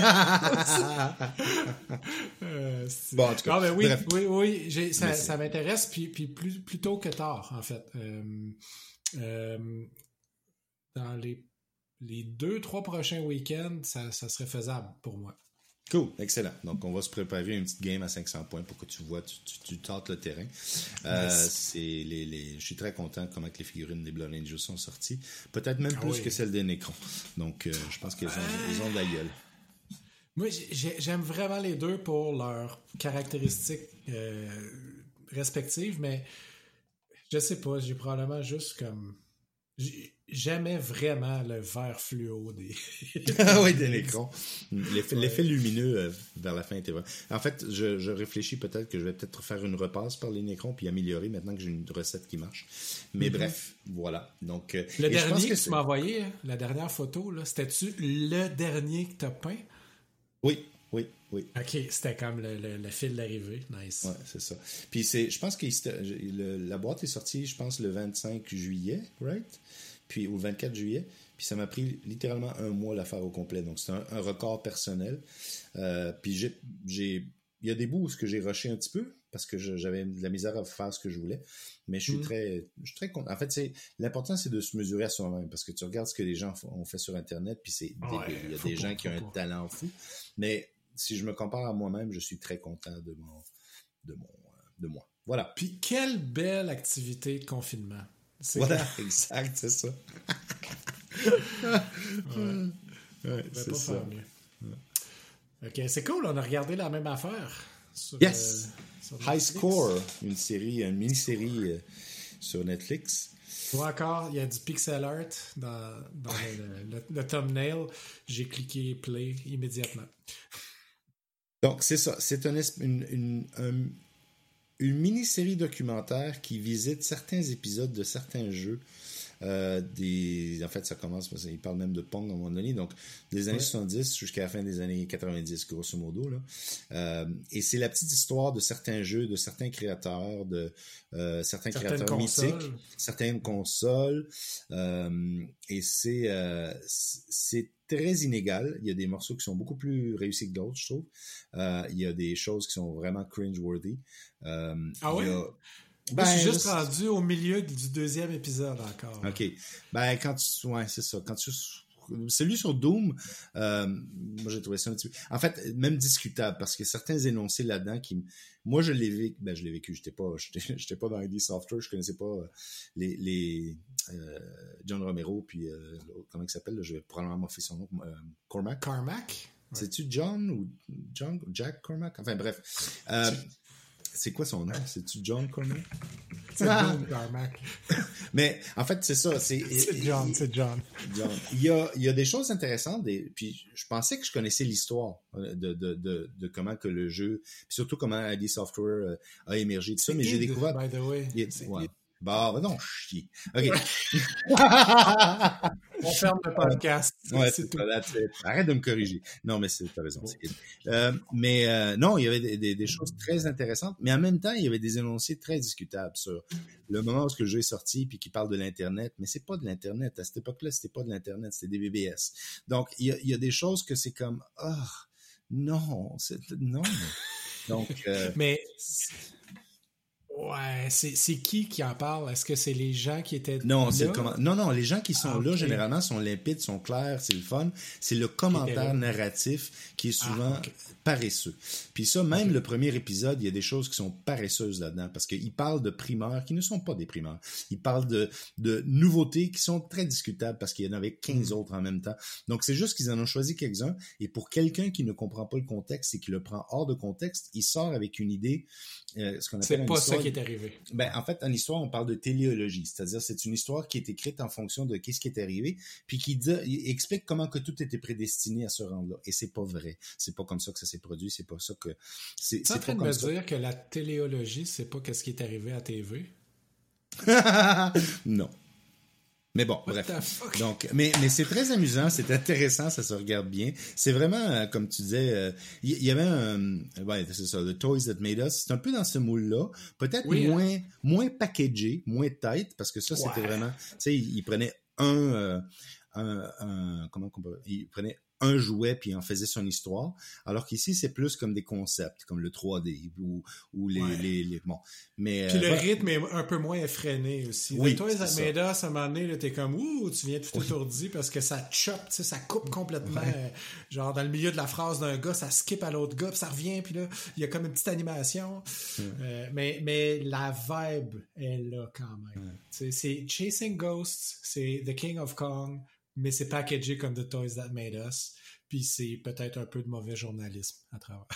euh, bon, en tout cas, non, mais oui, bref. oui, oui, j'ai, ça, ça m'intéresse, puis, puis plus, plus tôt que tard, en fait. Euh, euh, dans les... Les deux, trois prochains week-ends, ça, ça serait faisable pour moi.
Cool, excellent. Donc, on va se préparer une petite game à cinq cents points pour que tu vois, tu, tu, tu tâtes le terrain. Euh, c'est les, les, je suis très content comment que les figurines des Blood Angels sont sorties. Peut-être même ah plus oui. que celles des Necrons. Donc, euh, je pense qu'elles ont, ils ont de la gueule.
Moi, j'ai, j'aime vraiment les deux pour leurs caractéristiques euh, respectives, mais je sais pas, j'ai probablement juste comme... J'ai, J'aimais vraiment le vert fluo des...
ah oui, des Necrons. L'effet, ouais. l'effet lumineux euh, vers la fin était vrai. En fait, je, je réfléchis peut-être que je vais peut-être faire une repasse par les Necrons puis améliorer maintenant que j'ai une recette qui marche. Mais mm-hmm. bref, voilà. Donc, euh,
le dernier je pense que, que tu m'as envoyé, la dernière photo, là, c'était-tu le dernier que tu as peint?
Oui. Oui, oui.
OK, c'était comme le, le, le fil d'arrivée. Nice.
Ouais, c'est ça. Puis c'est, je pense que le, la boîte est sortie, je pense, le vingt-cinq juillet, right? Puis, ou le vingt-quatre juillet. Puis ça m'a pris littéralement un mois à la faire au complet. Donc, c'est un, un record personnel. Euh, puis j'ai, j'ai... Il y a des bouts où j'ai rushé un petit peu parce que je, j'avais de la misère à faire ce que je voulais. Mais je suis mmh. très... Je suis très content. En fait, c'est, l'important, c'est de se mesurer à soi-même parce que tu regardes ce que les gens ont fait sur Internet puis c'est ouais, dégueu. Il y a des pas, gens qui ont pas. un talent fou. Mais... Si je me compare à moi-même, je suis très content de mon, de mon, de moi. Voilà.
Puis quelle belle activité de confinement.
C'est voilà, clair. Exact, c'est ça.
ouais. Ouais, c'est pas ça. Mieux. Ouais. Ok, c'est cool. On a regardé la même affaire. Sur,
yes. Euh, sur High Score, une série, une mini-série euh, sur Netflix.
Ou encore, il y a du pixel art dans, dans le, le, le thumbnail. J'ai cliqué play immédiatement.
Donc, c'est ça. C'est un, une, une, un, une mini-série documentaire qui visite certains épisodes de certains jeux. Euh, des, en fait, ça commence, il parle même de Pong à un moment donné, donc des années ouais. soixante-dix jusqu'à la fin des années quatre-vingt-dix, grosso modo. Là. Euh, et c'est la petite histoire de certains jeux, de certains créateurs, de euh, certains certaines créateurs consoles. mythiques, certaines consoles. Euh, et c'est, euh, c'est très inégal. Il y a des morceaux qui sont beaucoup plus réussis que d'autres, je trouve. Euh, il y a des choses qui sont vraiment cringe-worthy. Euh,
ah ouais? Ben, je suis juste rendu au milieu du deuxième épisode encore.
OK. Ben, quand tu... Ouais, c'est ça. Quand tu... Celui sur Doom, euh, moi, j'ai trouvé ça un petit peu... En fait, même discutable, parce que certains énoncés là-dedans qui... Moi, je l'ai vécu... Ben, je l'ai vécu. J'étais pas, j'étais, j'étais pas dans I D Software. Je connaissais pas les... les euh, John Romero, puis... Euh, comment il s'appelle? Là? Je vais probablement m'offrir son nom. Euh, Cormac?
Cormac?
Ouais. C'est-tu John ou John? Jack Cormac? Enfin, bref. Euh, c'est quoi son nom? C'est-tu John Cormac?
C'est John Cormac.
Mais en fait, c'est ça. C'est,
c'est John, c'est John.
John. Il y a, il y a des choses intéressantes. Des, puis je pensais que je connaissais l'histoire de, de, de, de comment que le jeu, puis surtout comment I D Software a émergé, tout ça. Mais j'ai découvert...
By the way.
Il, c'est ouais. Bah, va donc chier. OK.
On ferme le podcast.
Ouais, c'est tout. Arrête de me corriger. Non, mais c'est, t'as raison. Bon. C'est... Euh, mais euh, non, il y avait des, des, des choses très intéressantes, mais en même temps, il y avait des énoncés très discutables sur le moment où le jeu est sorti puis qui parle de l'Internet. Mais c'est pas de l'Internet. À cette époque-là, c'était pas de l'Internet, c'était des B B S. Donc, il y a, il y a des choses que c'est comme, ah, oh, non, c'est, non. Donc, euh,
mais... Ouais, c'est, c'est qui qui en parle? Est-ce que c'est les gens qui étaient
non,
là?
C'est le comment... Non, non, les gens qui sont ah, là, okay. généralement, sont limpides, sont clairs, c'est le fun. C'est le commentaire narratif qui est souvent ah, okay. paresseux. Puis ça, même okay. le premier épisode, il y a des choses qui sont paresseuses là-dedans, parce qu'il parle de primeurs qui ne sont pas des primeurs. Il parle de, de nouveautés qui sont très discutables, parce qu'il y en avait quinze mm. autres en même temps. Donc, c'est juste qu'ils en ont choisi quelques-uns, et pour quelqu'un qui ne comprend pas le contexte et qui le prend hors de contexte, il sort avec une idée, euh, ce qu'on appelle
c'est pas ça qui est est arrivé.
Ben, en fait, en histoire, on parle de téléologie, c'est-à-dire c'est une histoire qui est écrite en fonction de qu'est-ce qui est arrivé, puis qui dit, il explique comment que tout était prédestiné à se rendre là. Et c'est pas vrai. C'est pas comme ça que ça s'est produit. C'est pas ça que. C'est,
tu es en train de me ça. dire que la téléologie, c'est pas qu'est-ce qui est arrivé à T V?
Non. Mais bon,
What
bref. Donc, mais, mais c'est très amusant, c'est intéressant, ça se regarde bien. C'est vraiment, euh, comme tu disais, il euh, y, y avait un, ouais, c'est ça, The Toys That Made Us. C'est un peu dans ce moule-là. Peut-être oui, moins, hein? moins packagé, moins tight, parce que ça, c'était ouais. vraiment, tu sais, il, il prenait un, euh, un, un, comment qu'on peut, il prenait un jouet puis il en faisait son histoire, alors qu'ici c'est plus comme des concepts comme le trois D ou, ou les, ouais. les, les bon mais
puis
euh,
le
bah,
rythme est un peu moins effréné aussi.
Oui,
toi ça m'aide à un moment donné là, t'es comme ouh tu viens tout oui. étourdi parce que ça chope, tu sais, ça coupe complètement ouais. euh, genre dans le milieu de la phrase d'un gars ça skip à l'autre gars puis ça revient puis là il y a comme une petite animation ouais. euh, mais, mais la vibe est là quand même ouais. c'est, c'est Chasing Ghosts, c'est The King of Kong, mais c'est packagé comme The Toys That Made Us. Puis c'est peut-être un peu de mauvais journalisme à travers.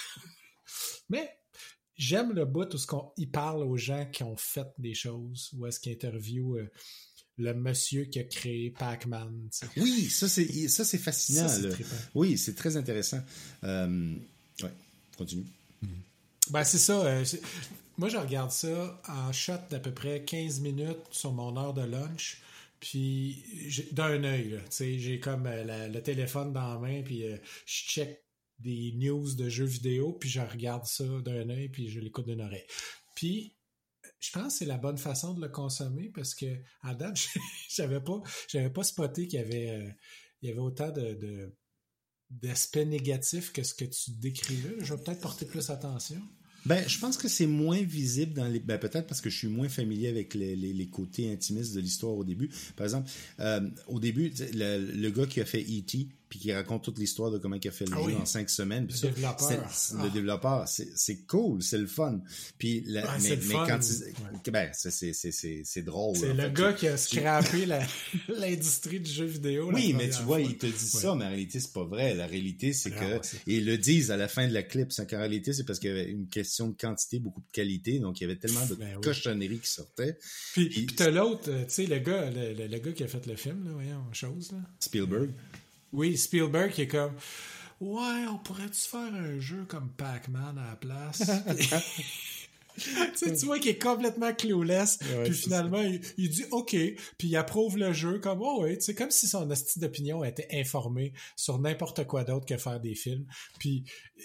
Mais j'aime le bout où ce qu'on, il parle aux gens qui ont fait des choses, où est-ce qu'il interviewe euh, le monsieur qui a créé Pac-Man. T'sais.
Oui, ça c'est, ça c'est fascinant. Ça, c'est oui, c'est très intéressant. Euh, ouais, continue.
Mm-hmm. Ben c'est ça. Euh, c'est... Moi, je regarde ça en shot d'à peu près quinze minutes sur mon heure de lunch. Puis j'ai, d'un œil, là, tu sais, j'ai comme euh, la, le téléphone dans la main, puis euh, je check des news de jeux vidéo, puis je regarde ça d'un œil, puis je l'écoute d'une oreille. Puis je pense que c'est la bonne façon de le consommer, parce que à date, j'avais pas, j'avais pas spoté qu'il y avait, euh, il y avait autant de, de d'aspects négatifs que ce que tu décris là. Je vais peut-être porter plus attention.
Ben, je pense que c'est moins visible dans les. Ben, peut-être parce que je suis moins familier avec les, les, les côtés intimistes de l'histoire au début. Par exemple, euh, au début, le, le gars qui a fait E T puis qui raconte toute l'histoire de comment il a fait le ah jeu oui. en cinq semaines.
Le
ça,
développeur.
C'est, c'est ah. Le développeur, c'est, c'est cool, c'est le fun. Puis la,
ouais,
mais,
c'est le
mais
fun.
quand il, ouais. ben, c'est, c'est, c'est, c'est, c'est drôle.
C'est le fait, gars tu, qui a scrappé tu... la, l'industrie du jeu vidéo.
Oui, mais tu vois, fois. Il te dit ouais. ça, mais en réalité, c'est pas vrai. La réalité, c'est ah, que... Ouais, c'est... Ils le disent à la fin de la clip, c'est qu'en réalité, c'est parce qu'il y avait une question de quantité, beaucoup de qualité, donc il y avait tellement de ben, cochonneries oui. qui sortaient.
Puis, puis, puis t'as l'autre, tu sais, le gars, le, le, le gars qui a fait le film, là, voyons, chose, là.
Spielberg.
Oui, Spielberg qui est comme ouais, on pourrait-tu faire un jeu comme Pac-Man à la place? Tu sais, tu vois qu'il est complètement clueless, ouais, puis finalement il, il dit ok, puis il approuve le jeu comme oh ouais, c'est comme si son hostie d'opinion était informé sur n'importe quoi d'autre que faire des films. Puis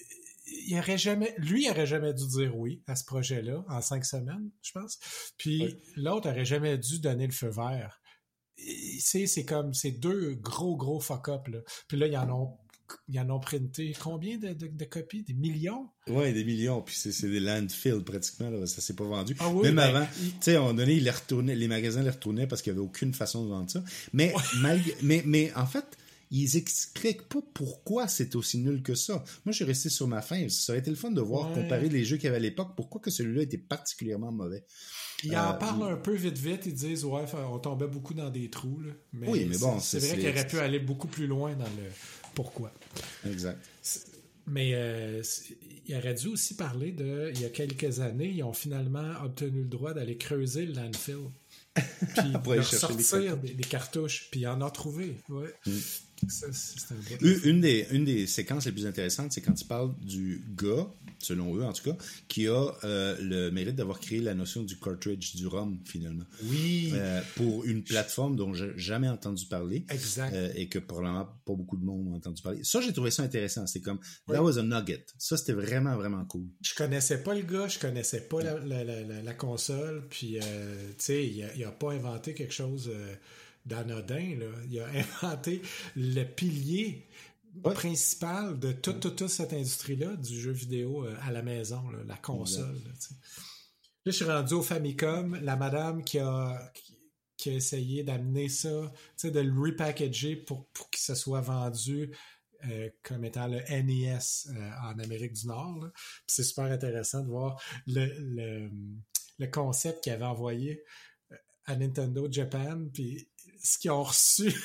il aurait jamais, lui il aurait jamais dû dire oui à ce projet-là en cinq semaines, je pense. Puis ouais. l'autre aurait jamais dû donner le feu vert. C'est, c'est comme ces deux gros gros fuck-up là. Puis là ils en ont ils en ont printé combien de, de, de copies? Des millions?
Oui, des millions. Puis c'est, c'est des landfills pratiquement. Là. Ça s'est pas vendu.
Ah oui,
Même
ben,
avant,
il...
tu sais, à un moment donné, ils les retournaient, les magasins les retournaient parce qu'il n'y avait aucune façon de vendre ça. Mais, ouais. malgré, mais, mais en fait, ils expliquent pas pourquoi c'est aussi nul que ça. Moi, je suis resté sur ma faim. Ça aurait été le fun de voir ouais. comparer les jeux qu'il y avait à l'époque. Pourquoi que celui-là était particulièrement mauvais?
Ils en euh, parlent un peu vite vite, ils disent ouais, on tombait beaucoup dans des trous. Là. Mais
oui, mais bon,
c'est, c'est vrai c'est... qu'il aurait pu aller beaucoup plus loin dans le pourquoi.
Exact.
Mais euh, il aurait dû aussi parler de, il y a quelques années, ils ont finalement obtenu le droit d'aller creuser le landfill. Puis de sortir des, des cartouches. Puis ils en ont trouvé. Ouais. Mm. Ça, c'est
une, une, des, une des séquences les plus intéressantes, c'est quand ils parlent du gars, selon eux en tout cas, qui a euh, le mérite d'avoir créé la notion du cartridge, du ROM finalement.
Oui.
Euh, pour une plateforme dont j'ai jamais entendu parler.
Exact.
Euh, et que probablement pas beaucoup de monde ont entendu parler. Ça, j'ai trouvé ça intéressant. C'est comme, oui. That was a nugget. Ça, c'était vraiment, vraiment cool.
Je connaissais pas le gars, je connaissais pas la, la, la, la, la console, puis euh, tu sais, il a, il a pas inventé quelque chose... Euh, d'anodin, là. Il a inventé le pilier ouais. principal de toute, toute, toute cette industrie-là, du jeu vidéo euh, à la maison, là, la console. Là, là, je suis rendu au Famicom, la madame qui a, qui, qui a essayé d'amener ça, de le repackager pour, pour qu'il se soit vendu euh, comme étant le N E S euh, en Amérique du Nord. Là. Puis c'est super intéressant de voir le, le, le concept qu'il avait envoyé à Nintendo Japan, puis ce qu'ils ont reçu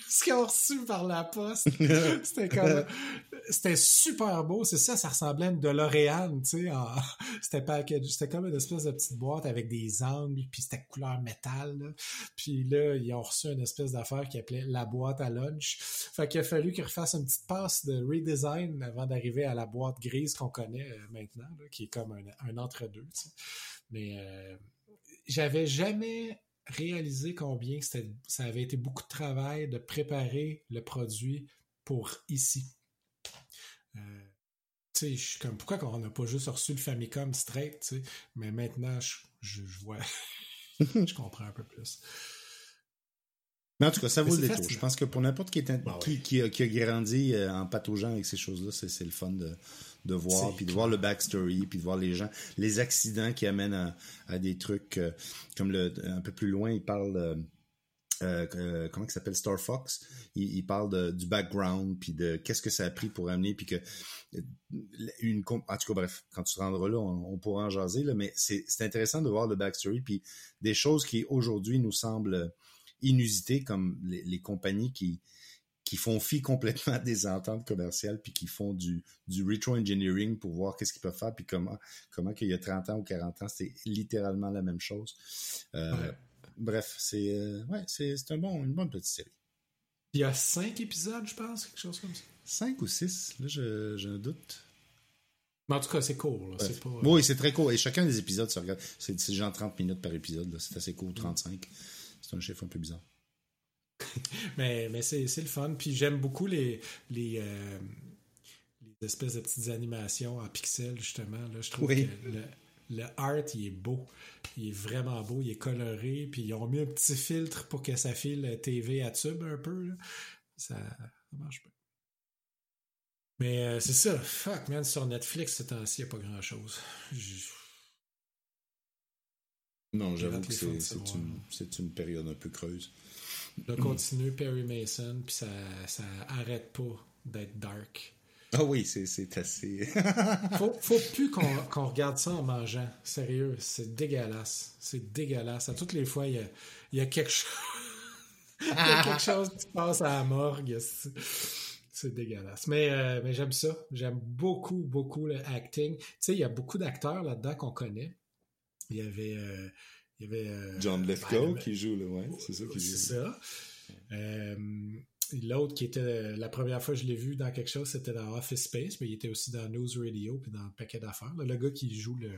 ce qu'ils ont reçu par la poste. C'était comme... C'était super beau, c'est ça, ça ressemblait à une DeLorean, tu sais. En... C'était package, c'était comme une espèce de petite boîte avec des angles, puis c'était couleur métal, là. Puis là, ils ont reçu une espèce d'affaire qui appelait la boîte à lunch. Fait qu'il a fallu qu'ils refassent une petite passe de redesign avant d'arriver à la boîte grise qu'on connaît euh, maintenant, là, qui est comme un, un entre-deux, tu sais. Mais euh, j'avais jamais réalisé combien c'était, ça avait été beaucoup de travail de préparer le produit pour ici. Euh, tu sais, je suis comme, pourquoi on n'a pas juste reçu le Famicom straight, tu sais, mais maintenant, je, je, je vois, je comprends un peu plus.
Mais en tout cas, ça vaut le détour. Je pense que pour n'importe qui, est un, bah, qui, oui. qui, a, qui a grandi euh, en pataugeant avec ces choses-là, c'est, c'est le fun de, de voir, puis de voir le backstory, puis de voir les gens, les accidents qui amènent à, à des trucs, euh, comme le, un peu plus loin, il parle... Euh, Euh, euh, comment il s'appelle, Star Fox, il, il parle de, du background puis de qu'est-ce que ça a pris pour amener, puis que une en tout cas bref, quand tu te rendras là on, on pourra en jaser là, mais c'est, c'est intéressant de voir le backstory puis des choses qui aujourd'hui nous semblent inusitées, comme les, les compagnies qui qui font fi complètement des ententes commerciales puis qui font du, du retro-engineering pour voir qu'est-ce qu'ils peuvent faire, puis comment comment qu'il y a trente ans ou quarante ans c'était littéralement la même chose. euh, ouais. Bref, c'est, euh, ouais, c'est, c'est un bon, une bonne petite série.
Il y a cinq épisodes, je pense, quelque chose comme ça.
Cinq ou six, là, je, j'ai un doute.
Mais en tout cas, c'est court. Là. C'est pas, euh...
Oui, c'est très court. Et chacun des épisodes, ça regarde, c'est, c'est genre trente minutes par épisode. Là. C'est assez court, trente-cinq. C'est un chiffre un peu bizarre.
mais mais c'est, c'est le fun. Puis j'aime beaucoup les, les, euh, les espèces de petites animations en pixels, justement. Là. Je trouve oui. que... Le... Le art, il est beau. Il est vraiment beau. Il est coloré. Puis ils ont mis un petit filtre pour que ça file T V à tube un peu. Là. Ça, ça marche pas. Mais euh, c'est ça. Fuck, man. Sur Netflix, ce temps-ci, il n'y a pas grand-chose. Je...
Non, j'avoue que c'est, c'est, une, c'est une période un peu creuse.
Là, continue Perry Mason, puis ça, ça arrête pas d'être dark.
Ah oui, c'est, c'est assez...
faut, faut plus qu'on, qu'on regarde ça en mangeant. Sérieux, c'est dégueulasse. C'est dégueulasse. À toutes les fois, il y a, il y a quelque chose... il y a quelque chose qui passe à la morgue. C'est, c'est dégueulasse. Mais, euh, mais j'aime ça. J'aime beaucoup, beaucoup le acting. Tu sais, il y a beaucoup d'acteurs là-dedans qu'on connaît. Il y avait... Euh, il y avait euh,
John Lithgow ben, qui joue, là, ouais. C'est ça qui
c'est
joue.
C'est ça. Euh, L'autre qui était, la première fois que je l'ai vu dans quelque chose, c'était dans Office Space, mais il était aussi dans News Radio puis dans un paquet d'affaires. Là, le gars qui joue le,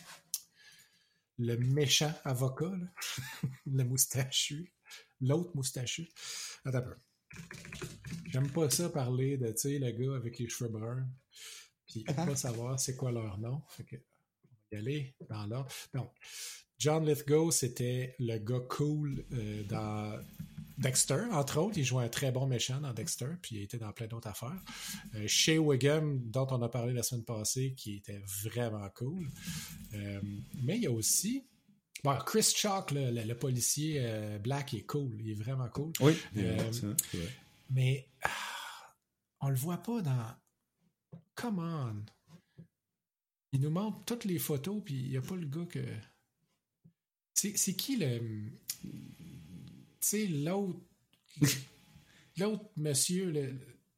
le méchant avocat, là. Le moustachu. L'autre moustachu. Attends un peu. J'aime pas ça parler de, tu sais, le gars avec les cheveux bruns. Puis pas savoir c'est quoi leur nom. Fait que, on va y aller dans l'ordre. Donc, John Lithgow, c'était le gars cool euh, dans Dexter, entre autres. Il jouait un très bon méchant dans Dexter, puis il était dans plein d'autres affaires. Euh, Shea Wiggum, dont on a parlé la semaine passée, qui était vraiment cool. Euh, mais il y a aussi... Bon, Chris Chalk, le, le, le policier euh, black, il est cool. Il est vraiment cool.
Oui,
euh,
c'est vrai, c'est vrai.
Mais ah, on le voit pas dans... Come on! Il nous montre toutes les photos, puis il n'y a pas le gars que... C'est, c'est qui le... Tu sais, l'autre... l'autre monsieur, le...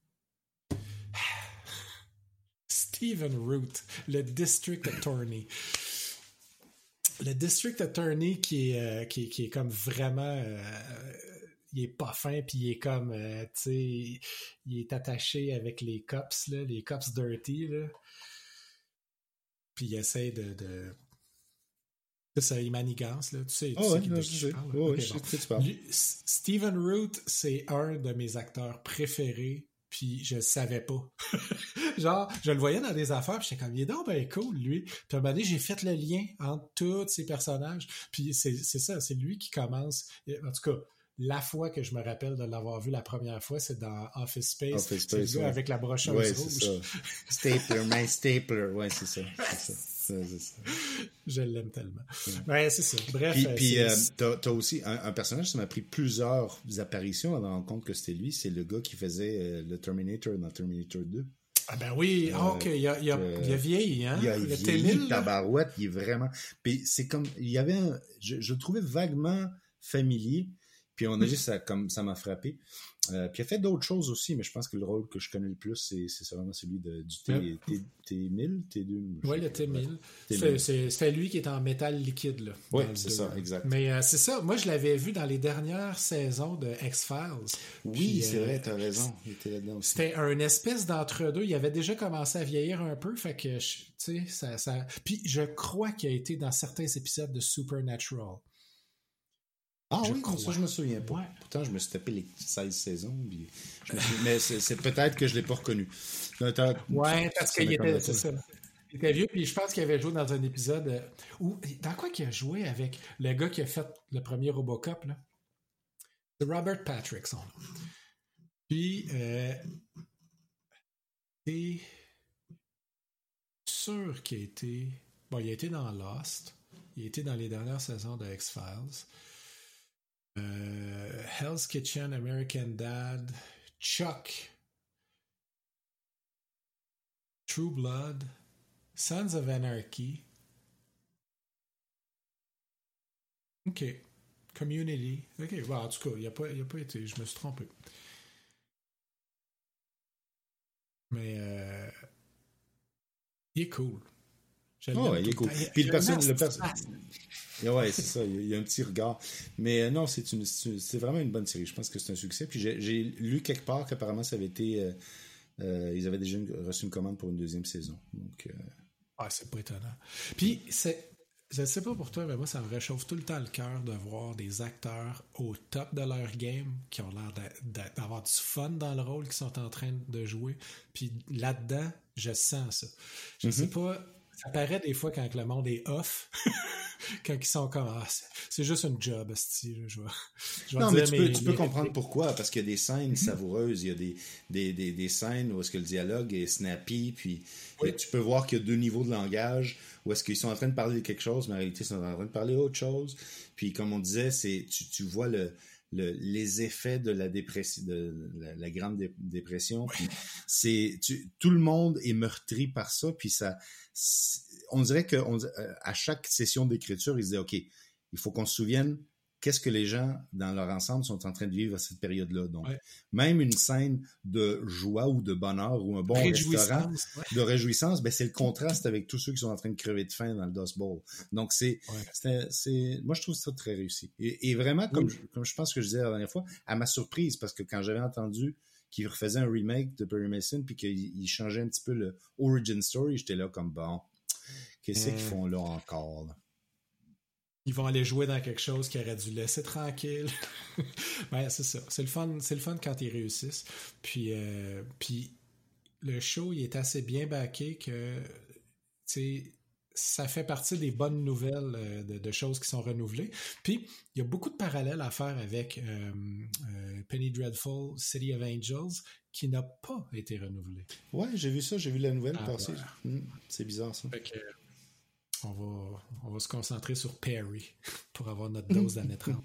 Stephen Root, le District Attorney. Le District Attorney qui est, euh, qui, qui est comme vraiment... Euh, il est pas fin, puis il est comme... Euh, tu sais, il est attaché avec les cops, là, les cops dirty, là. Puis il essaie de... de ça, il manigance, là. Tu sais, tu
oh,
sais
ouais,
qui,
non,
de
je
qui
sais.
je parle.
Oh,
okay,
je
bon.
sais de qui tu parles.
Lui, Stephen Root, c'est un de mes acteurs préférés, puis je le savais pas. Genre, je le voyais dans des affaires, puis j'étais comme, il est donc ben cool, lui. Puis à un moment donné, j'ai fait le lien entre tous ces personnages, puis c'est, c'est ça, c'est lui qui commence. En tout cas, la fois que je me rappelle de l'avoir vu la première fois, c'est dans Office Space.
Office Space,
c'est le gars
ouais.
avec la brocheuse
ouais,
rouge.
C'est ça. Stapler, man, Stapler, ouais, c'est ça. C'est ça. C'est ça.
Je l'aime tellement. Ouais, ouais c'est ça. Bref.
Puis, puis
euh,
t'as, t'as aussi un, un personnage, ça m'a pris plusieurs apparitions avant de me rendre compte que c'était lui. C'est le gars qui faisait euh, le Terminator dans Terminator deux.
Ah ben oui, euh, ok, il a, il a, euh, il a vieilli, hein?
Il a
le
vieilli, tabarouette, il est vraiment... Puis c'est comme... Il y avait un... Je, je le trouvais vaguement familier. Puis on a dit ça comme ça m'a frappé. Euh, puis il a fait d'autres choses aussi, mais je pense que le rôle que je connais le plus, c'est, c'est vraiment celui de, du T, ouais. T, T mille, T deux.
Oui, le T mille. C'est, c'est, c'était lui qui est en métal liquide. Là,
oui, c'est ça, exact.
Mais euh, c'est ça, moi je l'avais vu dans les dernières saisons de X-Files.
Oui,
puis,
c'est
euh,
vrai, t'as raison. Il était là-dedans aussi.
C'était un espèce d'entre-deux. Il avait déjà commencé à vieillir un peu, fait que, tu sais, ça, ça... Puis je crois qu'il a été dans certains épisodes de Supernatural.
Ah je oui, crois. Ça je me souviens pas. Ouais. Pourtant, je me suis tapé les seize saisons. Puis je me suis... Mais c'est, c'est peut-être que je l'ai pas reconnu.
Oui, parce qu'il était, c'est ça. Il était vieux, puis je pense qu'il avait joué dans un épisode où... Dans quoi qu'il a joué avec le gars qui a fait le premier Robocop, là? C'est Robert Patrick, son nom. Puis, euh... c'est sûr qu'il a été... Bon, il a été dans Lost. Il a été dans les dernières saisons de X-Files. Euh, Hell's Kitchen, American Dad, Chuck, True Blood, Sons of Anarchy. OK. Community. OK. Bon, en tout cas, il n'a pas, pas été. Je me suis trompé. Mais euh, il est cool.
Oh, ouais, il est cool. Puis le personne, le personne. Ouais, c'est ça. Il y a un petit regard. Mais euh, non, c'est une, c'est vraiment une bonne série. Je pense que c'est un succès. Puis j'ai, j'ai lu quelque part qu'apparemment ça avait été, euh, euh, ils avaient déjà une, reçu une commande pour une deuxième saison. Donc. Euh...
Ah, c'est pas étonnant. Puis c'est, je ne sais pas pour toi, mais moi ça me réchauffe tout le temps le cœur de voir des acteurs au top de leur game qui ont l'air d'avoir du fun dans le rôle qu'ils sont en train de jouer. Puis là-dedans, je sens ça. Je ne mm-hmm. sais pas. Ça paraît des fois quand le monde est off, quand ils sont comme ah, c'est, c'est juste une job, style. Je vais, je vais
non, mais tu,
mes,
peux, tu peux
mes...
comprendre pourquoi, parce qu'il y a des scènes savoureuses, il y a des, des, des, des scènes où est-ce que le dialogue est snappy, puis oui. tu peux voir qu'il y a deux niveaux de langage, où est-ce qu'ils sont en train de parler de quelque chose, mais en réalité, ils sont en train de parler d'autre chose. Puis comme on disait, c'est tu, tu vois le... Le, les effets de la dépression, de la, la grande dé, dépression. Puis c'est tu, tout le monde est meurtri par ça. Puis ça, on dirait que on, à chaque session d'écriture, ils se disaient ok, il faut qu'on se souvienne qu'est-ce que les gens dans leur ensemble sont en train de vivre à cette période-là. Donc ouais. même une scène de joie ou de bonheur ou un bon restaurant ouais. de réjouissance, ben c'est le contraste avec tous ceux qui sont en train de crever de faim dans le Dust Bowl. Donc c'est, ouais. c'est, c'est moi je trouve ça très réussi. Et, et vraiment comme, oui. je, comme je pense que je disais la dernière fois, à ma surprise parce que quand j'avais entendu qu'il refaisait un remake de Perry Mason puis qu'il il changeait un petit peu le origin story, j'étais là comme bon, qu'est-ce mmh. qu'ils font là encore là?
Ils vont aller jouer dans quelque chose qui aurait dû laisser tranquille. Ben, c'est ça. C'est le fun, c'est le fun quand ils réussissent. Puis, euh, puis le show, il est assez bien backé que, tu sais, ça fait partie des bonnes nouvelles euh, de, de choses qui sont renouvelées. Puis, il y a beaucoup de parallèles à faire avec euh, euh, Penny Dreadful, City of Angels, qui n'a pas été renouvelé.
Ouais, j'ai vu ça. J'ai vu la nouvelle ah, passer. Ouais. Mmh, c'est bizarre, ça.
Fait que, On va, on va se concentrer sur Perry pour avoir notre dose d'année trente.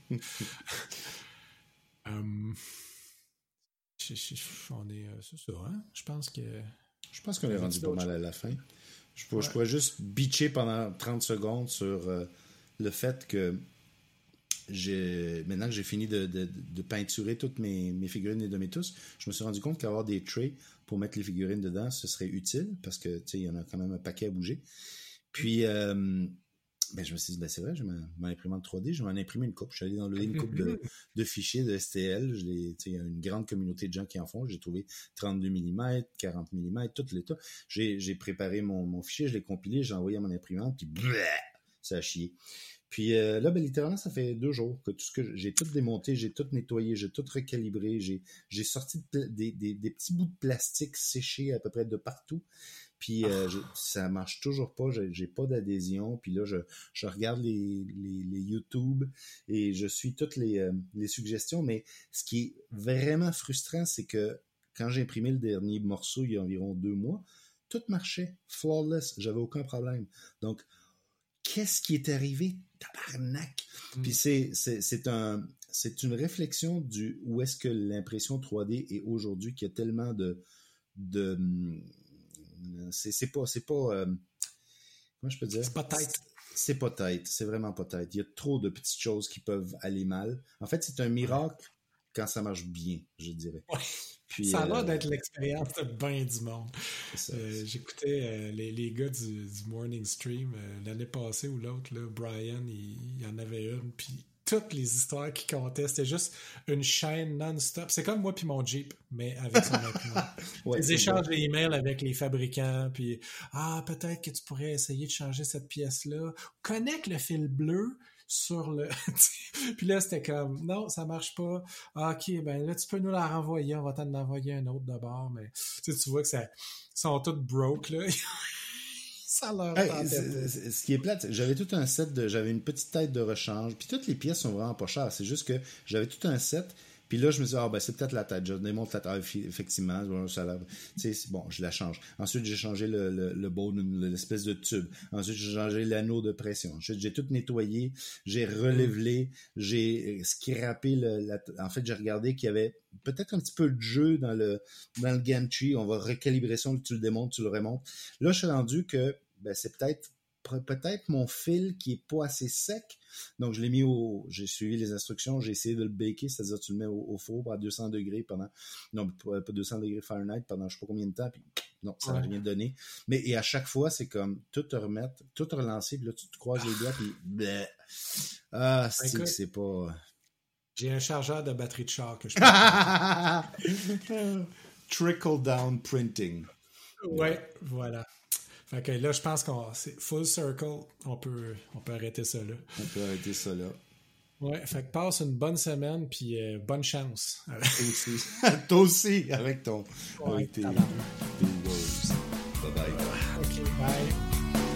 um, je, je, on est, c'est ça, hein? Je pense que...
Je pense qu'on est rendu pas mal à la fin. Je pourrais, ouais. je pourrais juste bitcher pendant trente secondes sur euh, le fait que j'ai, maintenant que j'ai fini de, de, de peinturer toutes mes, mes figurines et de mes tous, je me suis rendu compte qu'avoir des trays pour mettre les figurines dedans, ce serait utile parce que, tu sais, il y en a quand même un paquet à bouger. Puis, euh, ben, je me suis dit, ben, c'est vrai, j'ai ma, ma imprimante trois D, je vais m'en imprimer une coupe. Je suis allé downloader une coupe de, de fichiers de S T L. Je l'ai, tu sais, il y a une grande communauté de gens qui en font. J'ai trouvé trente-deux millimètres, quarante millimètres, tout l'état. J'ai, j'ai préparé mon, mon fichier, je l'ai compilé, j'ai envoyé à mon imprimante, puis bleh, ça a chié. Puis euh, là, ben, littéralement, ça fait deux jours que tout ce que j'ai tout démonté, j'ai tout nettoyé, j'ai tout recalibré, j'ai, j'ai sorti de, des, des, des petits bouts de plastique séchés à peu près de partout. Puis euh, je, ça marche toujours pas, j'ai, j'ai pas d'adhésion. Puis là, je, je regarde les, les, les YouTube et je suis toutes les, euh, les suggestions. Mais ce qui est vraiment frustrant, c'est que quand j'ai imprimé le dernier morceau il y a environ deux mois, tout marchait flawless, j'avais aucun problème. Donc, qu'est-ce qui est arrivé? Tabarnak! Mm. Puis c'est, c'est, c'est, un, c'est une réflexion du où est-ce que l'impression trois D est aujourd'hui, qu'il y a tellement de... de C'est, c'est pas, c'est pas, euh, comment je peux dire?
C'est pas tête.
c'est pas tête. C'est vraiment pas tête. Il y a trop de petites choses qui peuvent aller mal. En fait, c'est un miracle quand ça marche bien, je dirais.
Ouais. Puis, ça a l'air euh... d'être l'expérience de bien du monde. Ça, euh, j'écoutais euh, les, les gars du, du Morning Stream euh, l'année passée ou l'autre, là, Brian, il, il y en avait une, puis toutes les histoires qu'il comptait, c'était juste une chaîne non-stop. C'est comme moi puis mon Jeep, mais avec son imprimante. ouais, les échanges d'emails avec les fabricants, puis « Ah, peut-être que tu pourrais essayer de changer cette pièce-là. Connecte le fil bleu sur le... » Puis là, c'était comme « Non, ça marche pas. Ah, OK, ben là, tu peux nous la renvoyer. On va t'en envoyer un autre d'abord. » Mais tu sais, tu vois que ça sont toutes broke, là. Ça leur
hey, c'est, c'est, ce qui est plate, j'avais tout un set de... J'avais une petite tête de rechange, puis toutes les pièces sont vraiment pas chères. C'est juste que j'avais tout un set, puis là, je me suis dit, ah, ben, c'est peut-être la tête. Je démonte la tête, effectivement. Ça la... Tu sais, bon, je la change. Ensuite, j'ai changé le, le, le bone, l'espèce de tube. Ensuite, j'ai changé l'anneau de pression. Ensuite, j'ai tout nettoyé, j'ai relevelé, j'ai scrappé le... La... En fait, j'ai regardé qu'il y avait peut-être un petit peu de jeu dans le, dans le gantry. On va recalibrer ça, tu le démontes, tu le remontes. Là, je suis rendu que ben, c'est peut-être peut-être mon fil qui est pas assez sec. Donc, je l'ai mis au... J'ai suivi les instructions, j'ai essayé de le baker, c'est-à-dire tu le mets au, au four à deux cents degrés pendant... Non, pas deux cents degrés Fahrenheit pendant je sais pas combien de temps, puis non, ça n'a ouais. rien donné. Mais et à chaque fois, c'est comme tout te remettre, tout te relancer, puis là, tu te croises les doigts, puis... Bleh. Ah, c'est que c'est pas...
J'ai un chargeur de batterie de char que je
peux... Trickle down printing.
Ouais, voilà. Fait que là, je pense qu'on c'est full circle. On peut, on peut arrêter ça là.
On peut arrêter ça là.
Ouais, fait que passe une bonne semaine puis euh, bonne chance.
Toi aussi. Toi aussi, avec ton.
Ouais,
avec tes, tes words. Bye bye.
OK, bye.